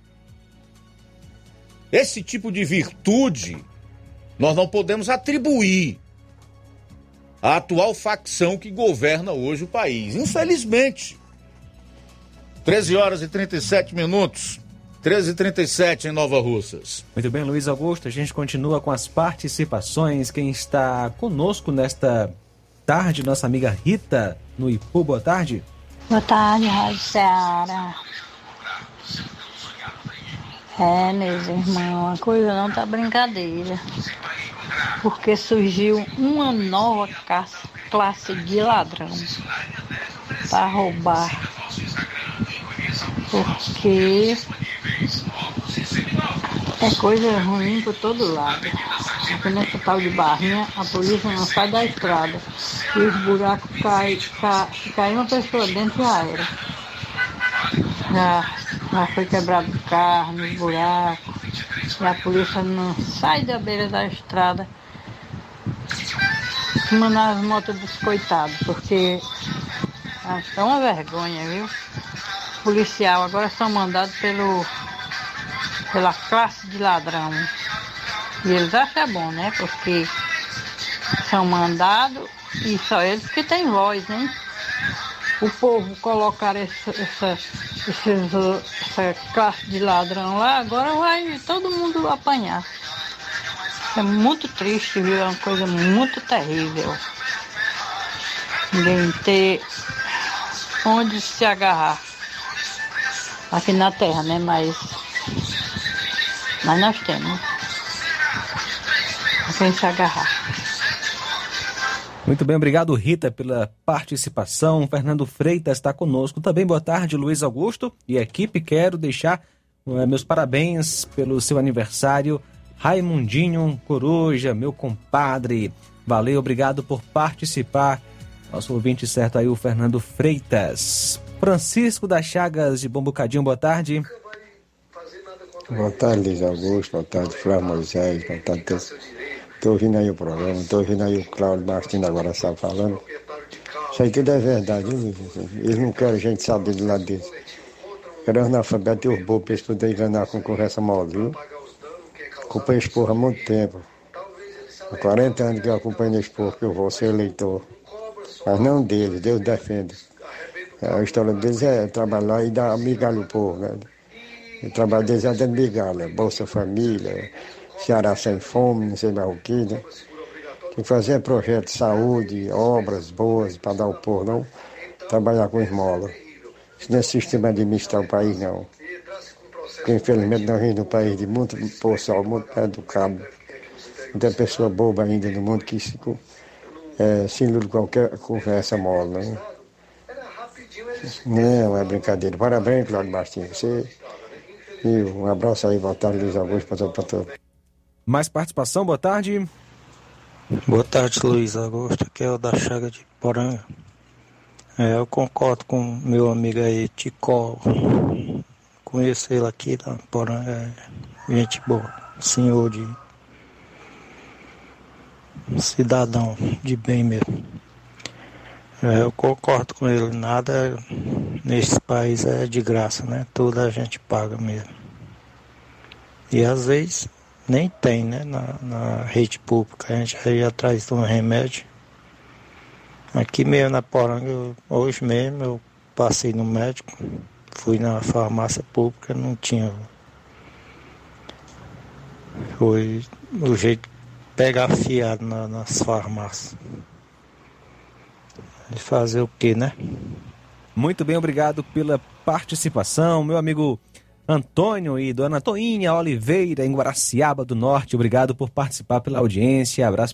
Esse tipo de virtude nós não podemos atribuir à atual facção que governa hoje o país. Infelizmente. 13h37. 13h37 em Nova Russas. Muito bem, Luiz Augusto. A gente continua com as participações. Quem está conosco nesta tarde, nossa amiga Rita, no Ipu. Boa tarde. Boa tarde, Rádio Ceará. Meus irmãos, a coisa não tá brincadeira. Porque surgiu uma nova classe de ladrão para roubar. Porque é coisa ruim por todo lado. Aqui nessa tal de Barrinha, a polícia não sai da estrada. E os buracos cai uma pessoa dentro já era. Já foi quebrado o carro, nos buracos. E a polícia não sai da beira da estrada. Mandar as motos dos coitados, porque é uma vergonha, viu? Policial agora são mandados pela classe de ladrão. E eles acham bom, né? Porque são mandados e só eles que têm voz, né? O povo colocar essa classe de ladrão lá, agora vai todo mundo apanhar. É muito triste, viu? É uma coisa muito terrível. Ninguém ter onde se agarrar. Aqui na terra, né? Mas nós temos. A quem se agarrar. Muito bem, obrigado, Rita, pela participação. Fernando Freitas está conosco também. Boa tarde, Luiz Augusto e equipe. Quero deixar meus parabéns pelo seu aniversário. Raimundinho Coruja, meu compadre. Valeu, obrigado por participar. Nosso ouvinte certo aí, o Fernando Freitas. Francisco das Chagas de Bom Bocadinho, boa tarde. Boa tarde, Luiz Augusto. Boa tarde, Flávio Moisés. Boa tarde. Estou ouvindo aí o programa, estou ouvindo aí o Cláudio Martins agora estava falando. Isso aí tudo é verdade, viu? Eles não querem a gente saber do lado deles. Querem analfabeto e os bobos para eles poderem enganar com conversa mal, viu? Acompanho esse povo há muito tempo. Há 40 anos que eu acompanho esse povo, que eu vou ser eleitor. Mas não deles, Deus defende. A história deles é trabalhar e dar migalha ao povo, né? O trabalho deles é dando migalha, Bolsa Família, Ceará Sem Fome, não sei mais o que, né? Tem que fazer projetos de saúde, obras boas para dar ao povo, não trabalhar com esmola. Isso não é sistema de administrar o país, não. Porque infelizmente nós vivemos num país de muito pessoal, muito educado. Muita pessoa boba ainda no mundo que se ilude qualquer conversa mola, né? Não é brincadeira. Parabéns, Cláudio Martins. Você... E um abraço aí, boa tarde, Luiz Augusto, para todos. Mais participação, boa tarde. Boa tarde, Luiz Augusto, aqui é o da Chaga de Poranga. Eu concordo com meu amigo aí, Ticó. Conheço ele aqui da Poranga, gente boa, senhor de cidadão de bem mesmo. Eu concordo com ele, nada nesse país é de graça, né? Tudo a gente paga mesmo. E às vezes nem tem, né? Na rede pública, a gente vai atrás de um remédio. Aqui mesmo na Poranga, hoje mesmo eu passei no médico, fui na farmácia pública, não tinha. Foi o jeito de pegar fiado nas farmácias. De fazer o quê, né? Muito bem, obrigado pela participação, meu amigo Antônio e dona Toinha Oliveira, em Guaraciaba do Norte. Obrigado por participar, pela audiência. Abraço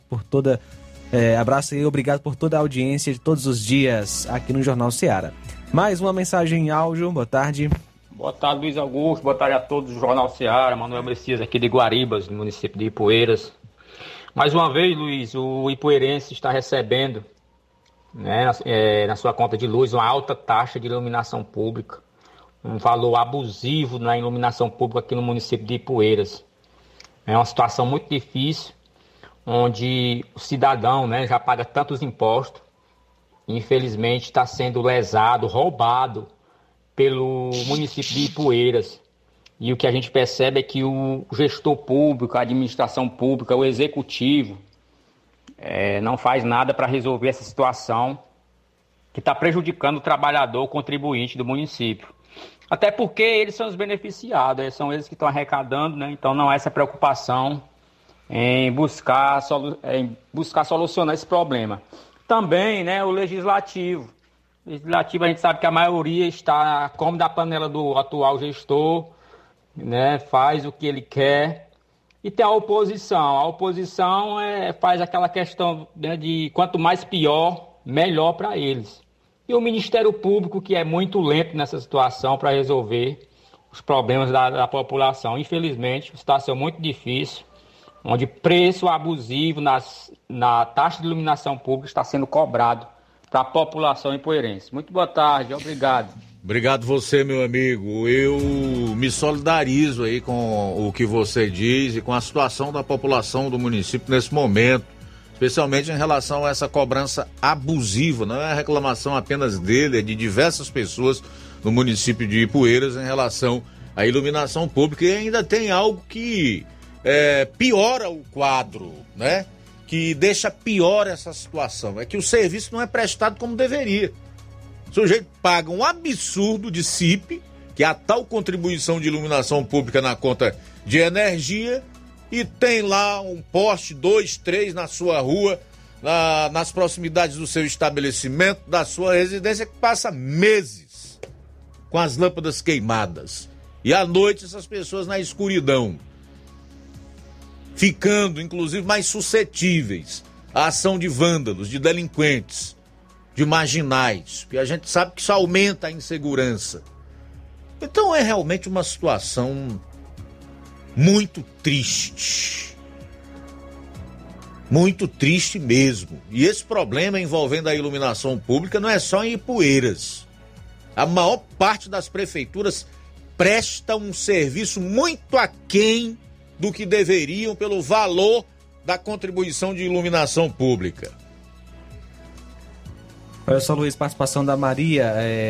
e obrigado por toda a audiência de todos os dias aqui no Jornal Ceará. Mais uma mensagem em áudio, boa tarde. Boa tarde, Luiz Augusto, boa tarde a todos do Jornal Ceará. Manuel Messias aqui de Guaribas, no município de Ipueiras. Mais uma vez, Luiz, o ipueirense está recebendo, né, na sua conta de luz, uma alta taxa de iluminação pública, um valor abusivo na iluminação pública aqui no município de Ipueiras. É uma situação muito difícil, onde o cidadão, né, já paga tantos impostos, e infelizmente está sendo lesado, roubado pelo município de Ipueiras. E o que a gente percebe é que o gestor público, a administração pública, o executivo, não faz nada para resolver essa situação que está prejudicando o trabalhador, o contribuinte do município. Até porque eles são os beneficiados, são eles que estão arrecadando, né? Então não há essa preocupação em buscar solucionar esse problema. Também, né, o legislativo. O legislativo, a gente sabe que a maioria está como da panela do atual gestor, né, faz o que ele quer. E tem a oposição. A oposição faz aquela questão, né, de quanto mais pior, melhor para eles. E o Ministério Público, que é muito lento nessa situação para resolver os problemas da população. Infelizmente, uma situação muito difícil, onde preço abusivo na taxa de iluminação pública está sendo cobrado para a população ipueirense. Muito boa tarde, obrigado. Obrigado você, meu amigo. Eu me solidarizo aí com o que você diz e com a situação da população do município nesse momento, especialmente em relação a essa cobrança abusiva. Não é a reclamação apenas dele, é de diversas pessoas no município de Ipueiras em relação à iluminação pública. E ainda tem algo que piora o quadro, né? Que deixa pior essa situação. É que o serviço não é prestado como deveria. O sujeito paga um absurdo de CIP, que é a tal contribuição de iluminação pública na conta de energia, e tem lá um poste, 2, 3 na sua rua, nas proximidades do seu estabelecimento, da sua residência, que passa meses com as lâmpadas queimadas. E à noite essas pessoas na escuridão, ficando inclusive mais suscetíveis a ação de vândalos, de delinquentes, de marginais, porque a gente sabe que isso aumenta a insegurança. Então é realmente uma situação muito triste. Muito triste mesmo. E esse problema envolvendo a iluminação pública não é só em Ipueiras. A maior parte das prefeituras presta um serviço muito aquém do que deveriam pelo valor da contribuição de iluminação pública. Olha só, Luiz, participação da Maria.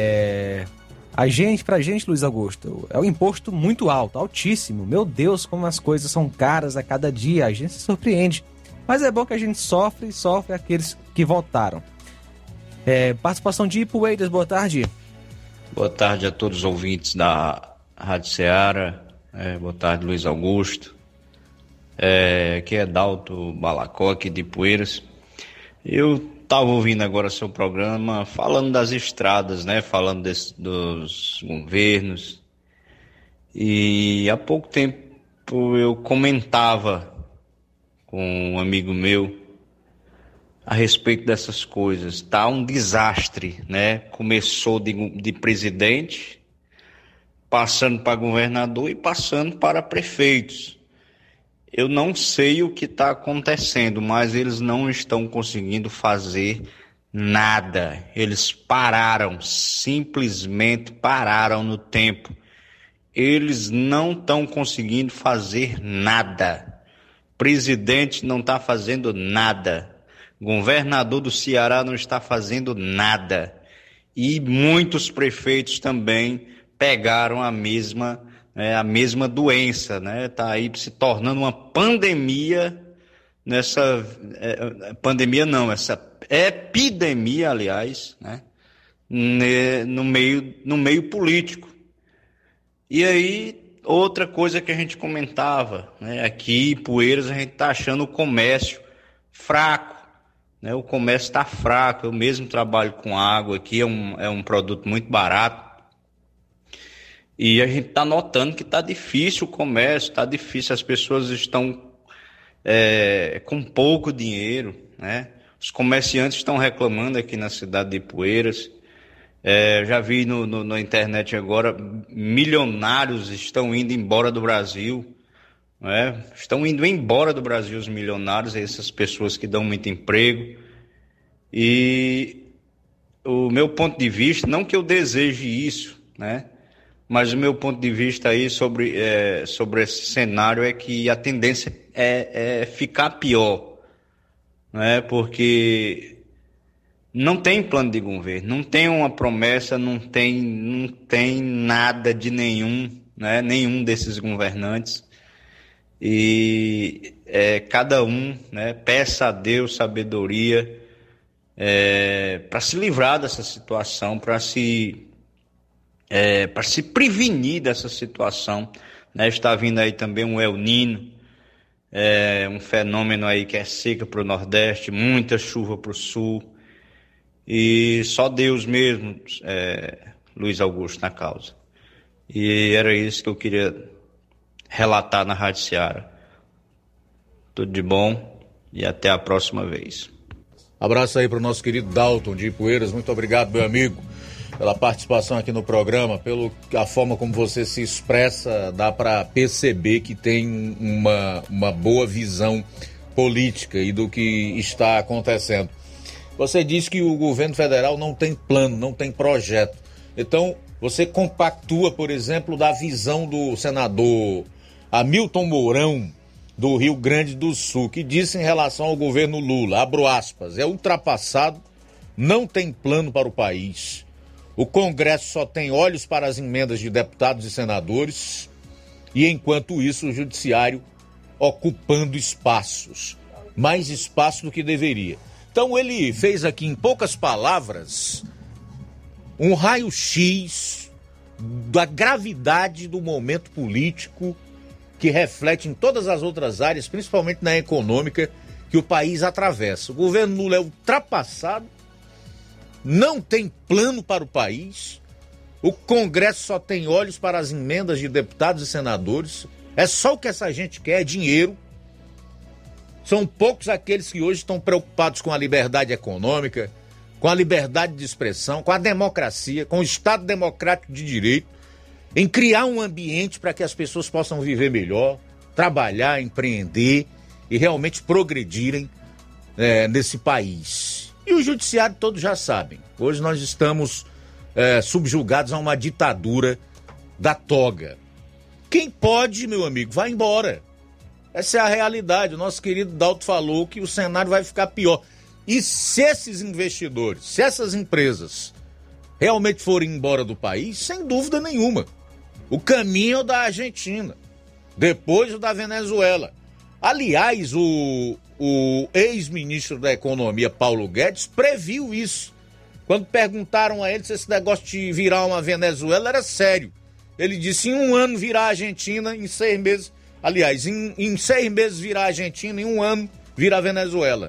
Pra gente, Luiz Augusto, é um imposto muito alto, altíssimo. Meu Deus, como as coisas são caras a cada dia. A gente se surpreende. Mas é bom que a gente sofre aqueles que votaram. Participação de Ipueiras, boa tarde. Boa tarde a todos os ouvintes da Rádio Ceará. Boa tarde, Luiz Augusto. Aqui é Dalto Balacó, aqui de Ipueiras. Eu estava ouvindo agora seu programa falando das estradas, né? Falando dos governos. E há pouco tempo eu comentava com um amigo meu a respeito dessas coisas. Tá um desastre, né? Começou de presidente, passando para governador e passando para prefeitos. Eu não sei o que está acontecendo, mas eles não estão conseguindo fazer nada. Eles pararam, simplesmente pararam no tempo. Eles não estão conseguindo fazer nada. Presidente não está fazendo nada. Governador do Ceará não está fazendo nada. E muitos prefeitos também pegaram a mesma doença, né? Está aí se tornando uma pandemia, essa epidemia, aliás, né? No meio político. E aí, outra coisa que a gente comentava, né? Aqui em Poeiras a gente está achando o comércio fraco, né? O comércio está fraco. Eu mesmo trabalho com água aqui, é um produto muito barato. E a gente está notando que está difícil o comércio, está difícil, as pessoas estão com pouco dinheiro, né? Os comerciantes estão reclamando aqui na cidade de Ipueiras. Já vi na internet agora, milionários estão indo embora do Brasil, né? Estão indo embora do Brasil os milionários, essas pessoas que dão muito emprego. E o meu ponto de vista, não que eu deseje isso, né? Mas o meu ponto de vista aí sobre esse cenário é que a tendência é ficar pior, né? Porque não tem plano de governo, não tem uma promessa, não tem nada de nenhum, né? Nenhum desses governantes. E cada um, né? Peça a Deus sabedoria para se livrar dessa situação, para se prevenir dessa situação, né? Está vindo aí também um El Niño, um fenômeno aí que é seca para o Nordeste, muita chuva para o Sul, e só Deus mesmo, Luiz Augusto, na causa. E era isso que eu queria relatar na Rádio Ceará. Tudo de bom e até a próxima vez. Abraço aí para o nosso querido Dalton de Ipueiras. Muito obrigado, meu amigo, pela participação aqui no programa, a forma como você se expressa, dá para perceber que tem uma boa visão política e do que está acontecendo. Você disse que o governo federal não tem plano, não tem projeto. Então, você compactua, por exemplo, da visão do senador Hamilton Mourão, do Rio Grande do Sul, que disse em relação ao governo Lula, abro aspas, é ultrapassado, não tem plano para o país. O Congresso só tem olhos para as emendas de deputados e senadores e, enquanto isso, o Judiciário ocupando espaços, mais espaço do que deveria. Então, ele fez aqui, em poucas palavras, um raio-x da gravidade do momento político que reflete em todas as outras áreas, principalmente na econômica, que o país atravessa. O governo Lula é ultrapassado, não tem plano para o país, o Congresso só tem olhos para as emendas de deputados e senadores, é só o que essa gente quer, é dinheiro. São poucos aqueles que hoje estão preocupados com a liberdade econômica, com a liberdade de expressão, com a democracia, com o Estado democrático de direito, em criar um ambiente para que as pessoas possam viver melhor, trabalhar, empreender e realmente progredirem nesse país. E o judiciário todos já sabem. Hoje nós estamos subjugados a uma ditadura da toga. Quem pode, meu amigo, vai embora. Essa é a realidade. O nosso querido Dalto falou que o cenário vai ficar pior. E se esses investidores, se essas empresas realmente forem embora do país, sem dúvida nenhuma, o caminho é o da Argentina, depois o da Venezuela. Aliás, o ex-ministro da Economia, Paulo Guedes, previu isso. Quando perguntaram a ele se esse negócio de virar uma Venezuela era sério. Ele disse, em 1 ano virar a Argentina, em 6 meses... Aliás, em 6 meses virar a Argentina, em 1 ano virar a Venezuela.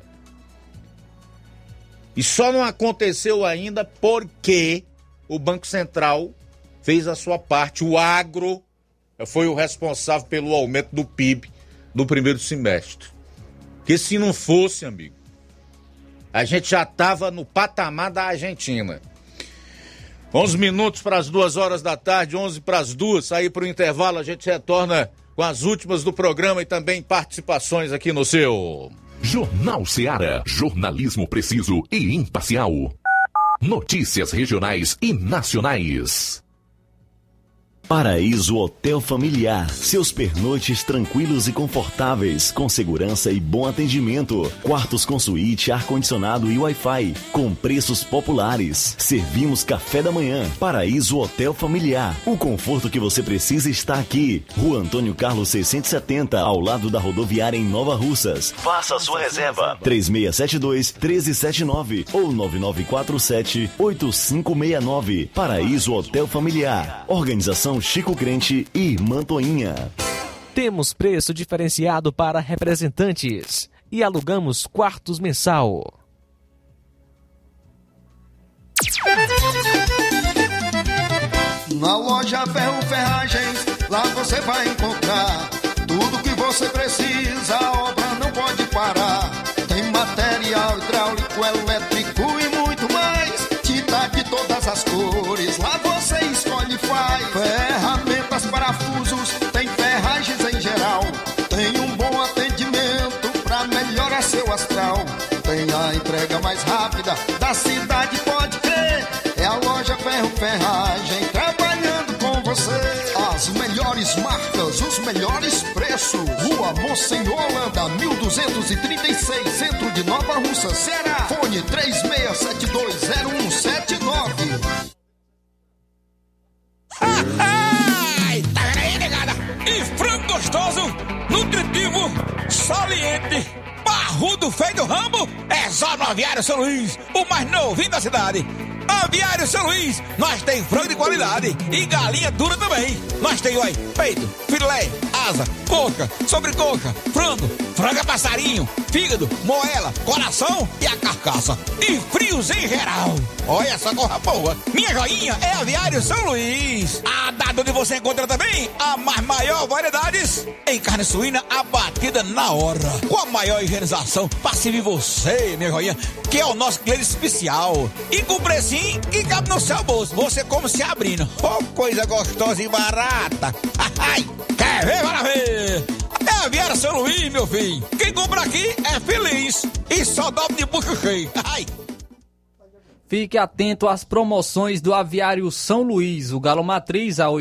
E só não aconteceu ainda porque o Banco Central fez a sua parte. O agro foi o responsável pelo aumento do PIB no primeiro semestre. Que se não fosse, amigo, a gente já estava no patamar da Argentina. 11 minutos para as 2 horas da tarde, 11 para as 2, sair para o intervalo, a gente retorna com as últimas do programa e também participações aqui no seu... Jornal Ceará, jornalismo preciso e imparcial. Notícias regionais e nacionais. Paraíso Hotel Familiar. Seus pernoites tranquilos e confortáveis, com segurança e bom atendimento. Quartos com suíte, ar-condicionado e Wi-Fi, com preços populares. Servimos café da manhã. Paraíso Hotel Familiar. O conforto que você precisa está aqui. Rua Antônio Carlos 670, ao lado da rodoviária em Nova Russas. Faça a sua reserva. 3672-1379 ou 9947-8569. Paraíso Hotel Familiar. Organização Chico Crente e Mantoinha. Temos preço diferenciado para representantes e alugamos quartos mensal. Na loja Ferro Ferragens, lá você vai encontrar tudo que você precisa, a obra não pode parar. Tem material hidráulico, elétrico e muito mais. Tinta de todas as cores, lá você escolhe e faz. Ferramentas, parafusos, tem ferragens em geral. Tem um bom atendimento pra melhorar seu astral. Tem a entrega mais rápida da cidade, pode crer. É a loja Ferro Ferragem trabalhando com você. As melhores marcas, os melhores preços. Rua Monsenhor Holanda, 1236, centro de Nova Russa, Ceará. Fone 36720179. Ai, tá vendo aí, negada? E frango gostoso, nutritivo, saliente, parrudo, feio do ramo, é só no Aviário São Luís, o mais novinho da cidade. Aviário São Luís, nós tem frango de qualidade e galinha dura também. Nós tem, olha, peito, filé, asa, coxa, sobrecoxa, frango, franga passarinho, fígado, moela, coração e a carcaça. E frios em geral. Olha essa corra boa. Minha joinha é Aviário São Luís. A data onde você encontra também a maior variedades em carne suína abatida na hora. Com a maior higienização para servir você, minha joinha, que é o nosso cliente especial. E com precinho que cabe no seu bolso. Você come se abrindo. Oh, coisa gostosa e barata. Ai, quer ver? Bora ver. É Aviário São Luís, meu filho. Quem compra aqui é feliz. E só dobra de bucho cheio. Ai. Fique atento às promoções do Aviário São Luís. O galo matriz a R$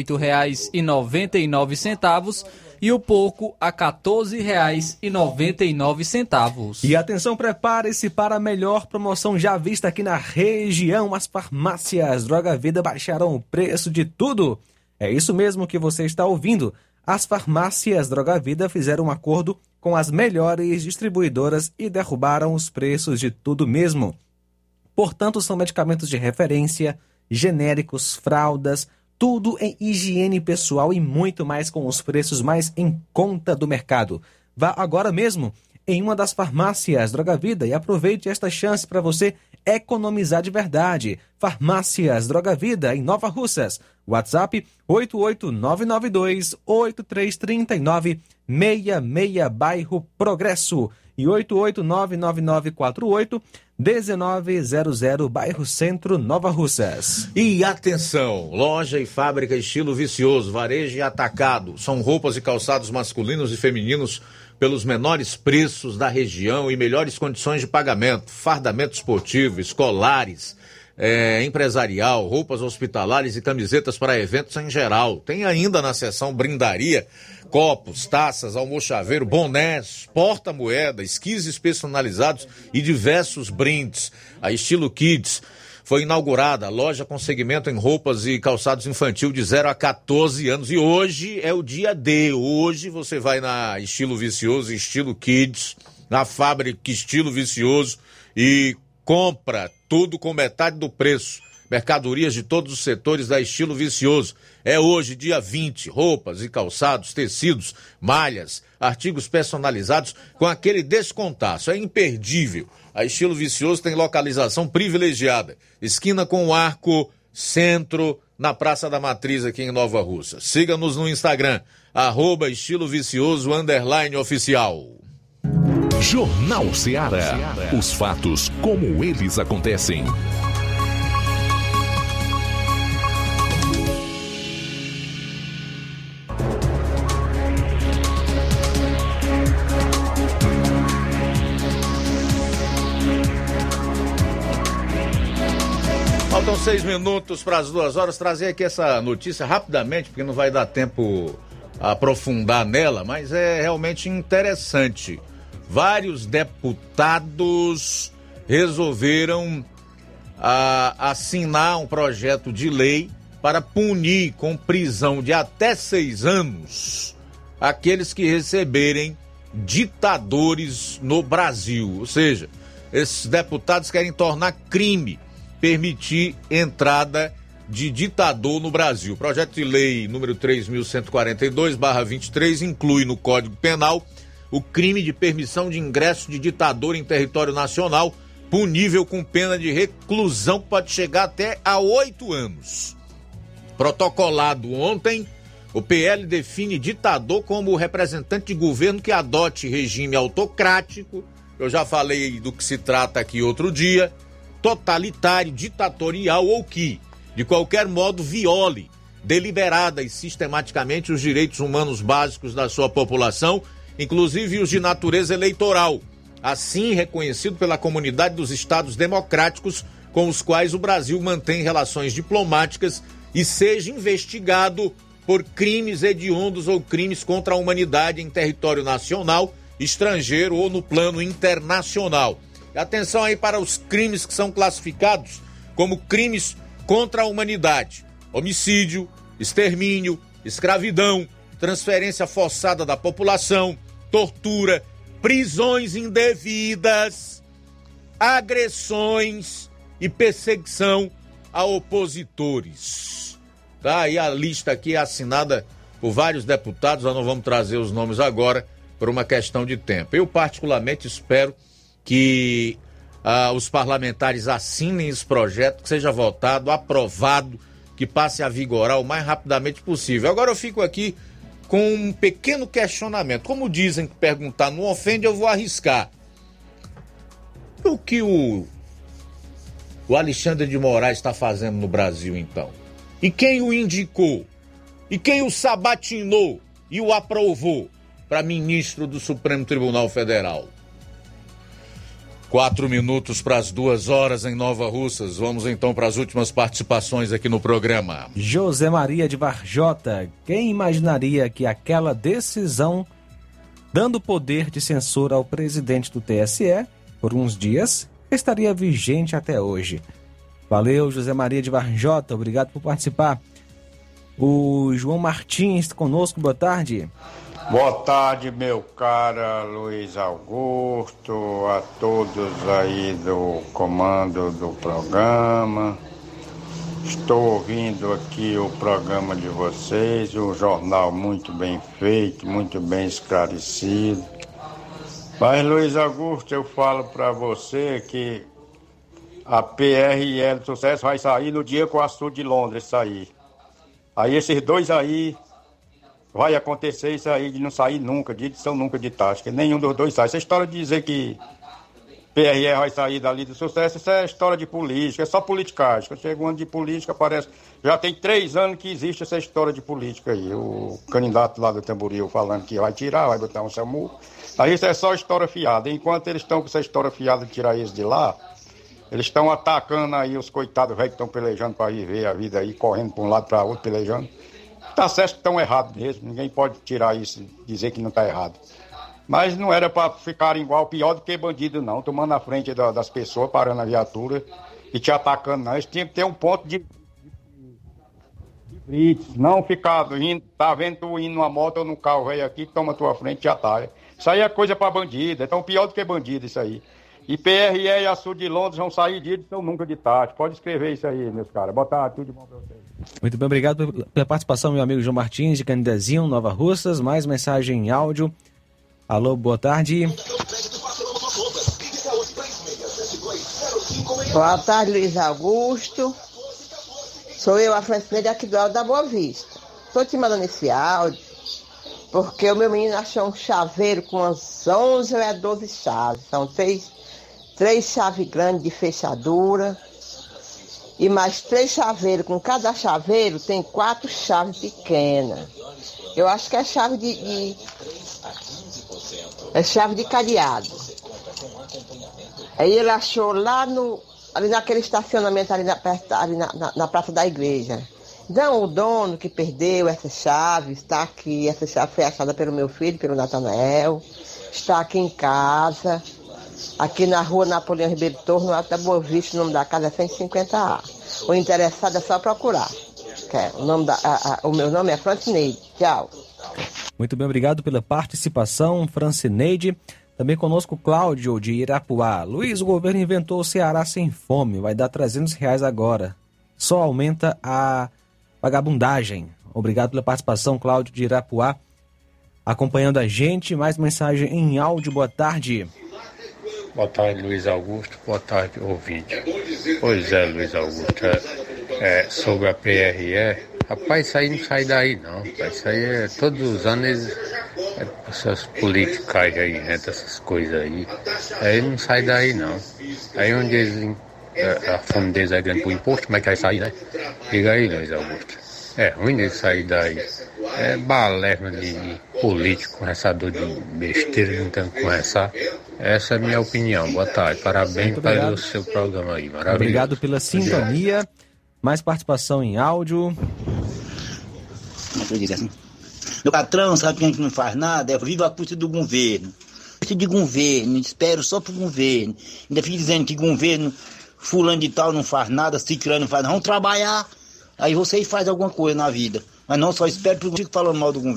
8,99 e o porco a R$ 14,99. E atenção, prepare-se para a melhor promoção já vista aqui na região. As farmácias Droga Vida baixaram o preço de tudo. É isso mesmo que você está ouvindo. As farmácias Droga Vida fizeram um acordo com as melhores distribuidoras e derrubaram os preços de tudo mesmo. Portanto, são medicamentos de referência, genéricos, fraldas, tudo em higiene pessoal e muito mais com os preços mais em conta do mercado. Vá agora mesmo em uma das farmácias Droga Vida e aproveite esta chance para você economizar de verdade. Farmácias Droga Vida em Nova Russas. WhatsApp 88992-8339-66, bairro Progresso. e 8899948-1900, bairro Centro, Nova Russas. E atenção, loja e fábrica estilo vicioso, varejo e atacado. São roupas e calçados masculinos e femininos pelos menores preços da região e melhores condições de pagamento. Fardamento esportivo, escolares, empresarial, roupas hospitalares e camisetas para eventos em geral. Tem ainda na seção brindaria, copos, taças, almochaveiro, bonés, porta-moeda, esquises personalizados e diversos brindes. A Estilo Kids foi inaugurada a loja com segmento em roupas e calçados infantil de 0 a 14 anos. E hoje é o dia D. Hoje você vai na Estilo Vicioso, Estilo Kids, na fábrica Estilo Vicioso e compra tudo com metade do preço. Mercadorias de todos os setores da Estilo Vicioso. É hoje, dia 20, roupas e calçados, tecidos, malhas, artigos personalizados com aquele descontaço. É imperdível. A Estilo Vicioso tem localização privilegiada. Esquina com o Arco, Centro, na Praça da Matriz, aqui em Nova Russa. Siga-nos no Instagram, @estilovicioso_oficial. Jornal Ceará. Os fatos como eles acontecem. Faltam 6 minutos para as 2 horas. Trazer aqui essa notícia rapidamente, porque não vai dar tempo a aprofundar nela, mas é realmente interessante. Vários deputados resolveram assinar um projeto de lei para punir com prisão de até 6 anos aqueles que receberem ditadores no Brasil. Ou seja, esses deputados querem tornar crime permitir entrada de ditador no Brasil. O projeto de lei número 3.142/23 inclui no Código Penal o crime de permissão de ingresso de ditador em território nacional, punível com pena de reclusão que pode chegar até a 8 anos. Protocolado ontem, o PL define ditador como o representante de governo que adote regime autocrático, eu já falei do que se trata aqui outro dia, totalitário, ditatorial ou que, de qualquer modo, viole deliberada e sistematicamente os direitos humanos básicos da sua população, inclusive os de natureza eleitoral, assim reconhecido pela comunidade dos estados democráticos com os quais o Brasil mantém relações diplomáticas e seja investigado por crimes hediondos ou crimes contra a humanidade em território nacional, estrangeiro ou no plano internacional. Atenção aí para os crimes que são classificados como crimes contra a humanidade: homicídio, extermínio, escravidão, transferência forçada da população, tortura, prisões indevidas, agressões e perseguição a opositores. Tá aí a lista aqui assinada por vários deputados, nós não vamos trazer os nomes agora por uma questão de tempo. Eu particularmente espero que os parlamentares assinem esse projeto, que seja votado, aprovado, que passe a vigorar o mais rapidamente possível. Agora eu fico aqui com um pequeno questionamento. Como dizem que perguntar não ofende, eu vou arriscar. O que o Alexandre de Moraes está fazendo no Brasil, então? E quem o indicou? E quem o sabatinou e o aprovou para ministro do Supremo Tribunal Federal? 4 minutos para as 2 horas em Nova Russas. Vamos então para as últimas participações aqui no programa. José Maria de Varjota. Quem imaginaria que aquela decisão dando poder de censura ao presidente do TSE por uns dias estaria vigente até hoje? Valeu, José Maria de Varjota. Obrigado por participar. O João Martins conosco. Boa tarde. Boa tarde, meu cara Luiz Augusto, a todos aí do comando do programa. Estou ouvindo aqui o programa de vocês, um jornal muito bem feito, muito bem esclarecido. Mas, Luiz Augusto, eu falo para você que a PRL do Sucesso vai sair no dia que o Açude de Londres sair. Aí esses dois aí vai acontecer isso aí de não sair nunca, de edição nunca de Tática. Nenhum dos dois sai. Essa história de dizer que PRE vai sair dali do sucesso, isso é história de política, é só politicagem. Quando chega um ano de política, parece... Já tem 3 anos que existe essa história de política aí. O candidato lá do Tamboril falando que vai tirar, vai botar um SAMU. Aí isso é só história fiada. Enquanto eles estão com essa história fiada de tirar eles de lá, eles estão atacando aí os coitados velhos que estão pelejando para viver a vida aí, correndo para um lado para outro, pelejando. Tá certo que estão errados mesmo, ninguém pode tirar isso, dizer que não está errado. Mas não era para ficarem igual, pior do que bandido não, tomando na frente das pessoas, parando a viatura e te atacando não. Eles tinham que ter um ponto de blitz, não ficar indo, tá vendo tu indo numa moto ou no carro velho aqui, toma tua frente e te ataca. Isso aí é coisa para bandido, então pior do que bandido isso aí. E PRE e a Sul de Londres vão sair de edição nunca de tarde. Pode escrever isso aí, meus caras. Botar tudo de bom pra vocês. Muito bem, obrigado pela participação, meu amigo João Martins, de Canidezinho, Nova Russas. Mais mensagem em áudio. Alô, boa tarde. Boa tarde, Luiz Augusto. Sou eu, a Francinete, aqui do Alto da Boa Vista. Estou te mandando esse áudio porque o meu menino achou um chaveiro com umas 11 ou 12 chaves. São 3 chaves grandes de fechadura e mais 3 chaveiros. Com cada chaveiro tem 4 chaves pequenas. Eu acho que é chave é chave de cadeado. Aí ele achou ali naquele estacionamento ali na praça da igreja. Então o dono que perdeu essa chave está aqui. Essa chave foi achada pelo meu filho, pelo Natanael. Está aqui em casa, aqui na rua Napoleão Ribeiro Torres, no Alto da Boa Vista. O nome da casa é 150A. O interessado é só procurar. O meu nome é Francineide. Tchau. Muito bem, obrigado pela participação, Francineide. Também conosco Cláudio, de Irapuá. Luiz, o governo inventou o Ceará sem fome. Vai dar R$300 agora. Só aumenta a vagabundagem. Obrigado pela participação, Cláudio, de Irapuá. Acompanhando a gente, mais mensagem em áudio. Boa tarde. Boa tarde, Luiz Augusto. Boa tarde, ouvinte. Pois é, Luiz Augusto. Sobre a PRE, rapaz, isso aí não sai daí, não. Isso aí é todos os anos, essas políticas aí, essas coisas aí não sai daí, não. Aí onde eles, a fome deles é grande pro imposto, como é que vai sair, né? Diga aí, Luiz Augusto. É ruim deles sair daí. É balerna de político, conversador de besteira, não tem que conversar. Essa é a minha opinião. Boa tarde. Parabéns pelo seu programa aí. Maravilhoso. Obrigado pela sintonia. Mais participação em áudio. Meu patrão, sabe que a gente não faz nada? É viva a custa do governo. De governo, espero só pro governo. Ainda fico dizendo que governo, fulano de tal não faz nada, ciclano não faz nada. Vamos trabalhar, aí vocês fazem alguma coisa na vida. Mas não só espero pro governo falando mal do governo.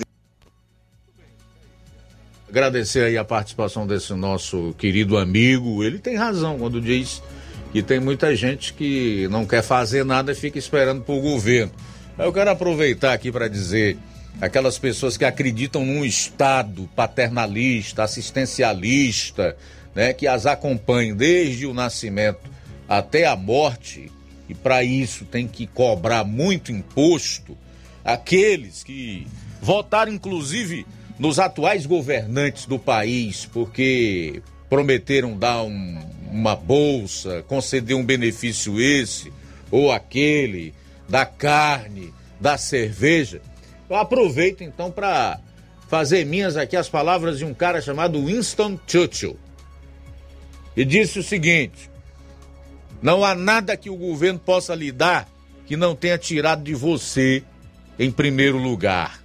Agradecer aí a participação desse nosso querido amigo. Ele tem razão quando diz que tem muita gente que não quer fazer nada e fica esperando por governo. Eu quero aproveitar aqui para dizer, aquelas pessoas que acreditam num Estado paternalista, assistencialista, né, que as acompanha desde o nascimento até a morte, e para isso tem que cobrar muito imposto, aqueles que votaram inclusive nos atuais governantes do país, porque prometeram dar uma bolsa, conceder um benefício esse ou aquele, da carne, da cerveja. Eu aproveito então para fazer minhas aqui as palavras de um cara chamado Winston Churchill. E disse o seguinte: não há nada que o governo possa lhe dar que não tenha tirado de você em primeiro lugar.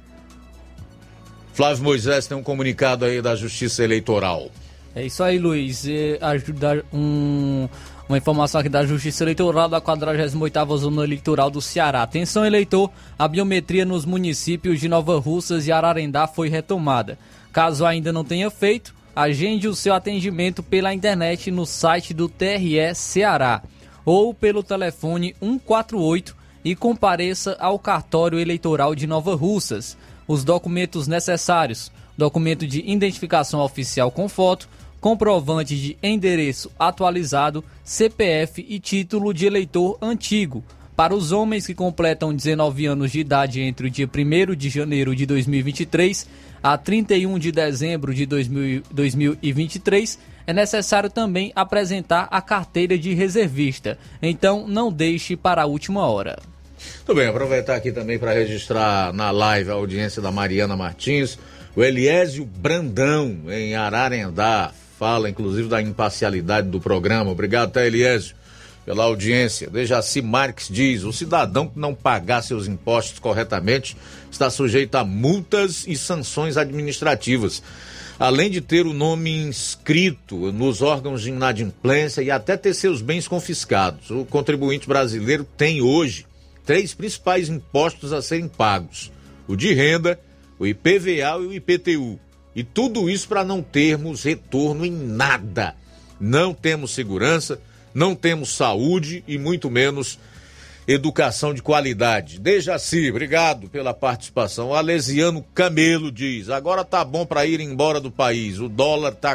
Flávio Moisés tem um comunicado aí da Justiça Eleitoral. É isso aí, Luiz. Uma informação aqui da Justiça Eleitoral da 48ª Zona Eleitoral do Ceará. Atenção, eleitor, a biometria nos municípios de Nova Russas e Ararendá foi retomada. Caso ainda não tenha feito, agende o seu atendimento pela internet no site do TRE Ceará ou pelo telefone 148 e compareça ao cartório eleitoral de Nova Russas. Os documentos necessários: documento de identificação oficial com foto, comprovante de endereço atualizado, CPF e título de eleitor antigo. Para os homens que completam 19 anos de idade entre o dia 1º de janeiro de 2023 a 31 de dezembro de 2023, é necessário também apresentar a carteira de reservista. Então, não deixe para a última hora. Muito bem, aproveitar aqui também para registrar na live a audiência da Mariana Martins, o Eliésio Brandão, em Ararendá, fala inclusive da imparcialidade do programa. Obrigado, tá, Eliésio, pela audiência. Dejaci Marques diz: o cidadão que não pagar seus impostos corretamente está sujeito a multas e sanções administrativas, além de ter o nome inscrito nos órgãos de inadimplência e até ter seus bens confiscados. O contribuinte brasileiro tem hoje 3 principais impostos a serem pagos: o de renda, o IPVA e o IPTU. E tudo isso para não termos retorno em nada. Não temos segurança, não temos saúde e muito menos educação de qualidade. Dejaci, obrigado pela participação. O Alesiano Camelo diz: agora tá bom para ir embora do país. O dólar tá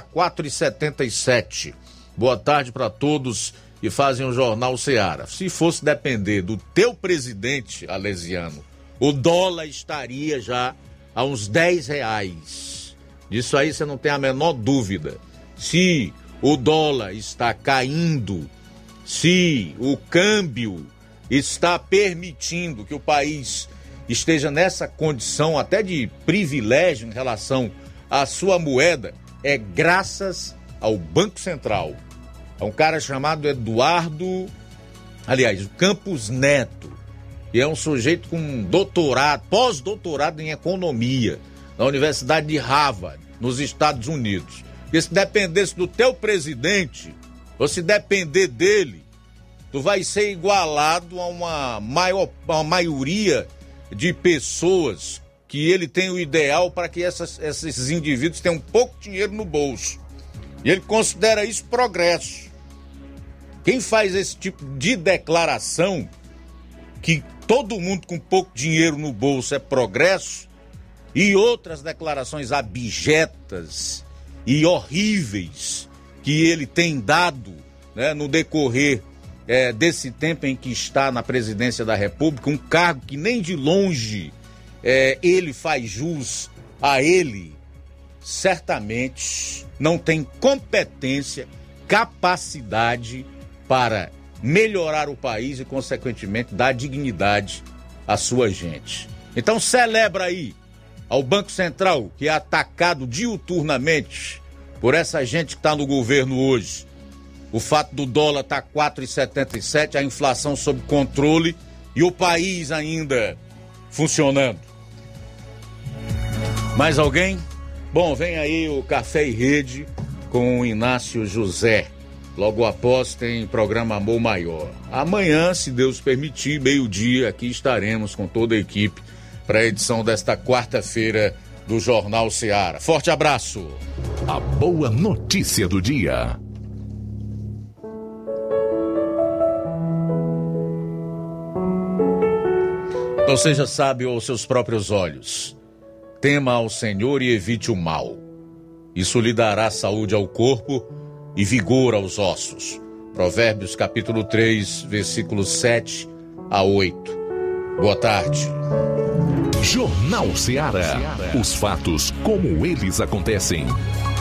4,77. Boa tarde para todos que fazem o Jornal Ceará. Se fosse depender do teu presidente, Alesiano, o dólar estaria já a uns R$10. Disso aí você não tem a menor dúvida. Se o dólar está caindo, se o câmbio está permitindo que o país esteja nessa condição até de privilégio em relação à sua moeda, é graças ao Banco Central. É um cara chamado Eduardo Campos Neto, e é um sujeito com doutorado, pós-doutorado em economia, na Universidade de Harvard, nos Estados Unidos. Porque se dependesse do teu presidente, ou se depender dele, tu vai ser igualado a uma maioria de pessoas que ele tem o ideal para que esses indivíduos tenham pouco dinheiro no bolso. E ele considera isso progresso. Quem faz esse tipo de declaração, que todo mundo com pouco dinheiro no bolso é progresso, e outras declarações abjetas e horríveis que ele tem dado, né, no decorrer desse tempo em que está na presidência da República, um cargo que nem de longe ele faz jus a ele, certamente não tem competência, capacidade para melhorar o país e, consequentemente, dar dignidade à sua gente. Então celebra aí ao Banco Central, que é atacado diuturnamente por essa gente que está no governo hoje, o fato do dólar estar 4,77, a inflação sob controle e o país ainda funcionando. Mais alguém? Bom, vem aí o Café e Rede com o Inácio José. Logo após tem programa Amor Maior. Amanhã, se Deus permitir, meio-dia, aqui estaremos com toda a equipe para a edição desta quarta-feira do Jornal Ceará. Forte abraço. A boa notícia do dia. Não seja sábio aos seus próprios olhos. Tema ao Senhor e evite o mal. Isso lhe dará saúde ao corpo e vigor aos ossos. Provérbios capítulo 3, versículos 7 a 8. Boa tarde. Jornal Ceará. Os fatos como eles acontecem.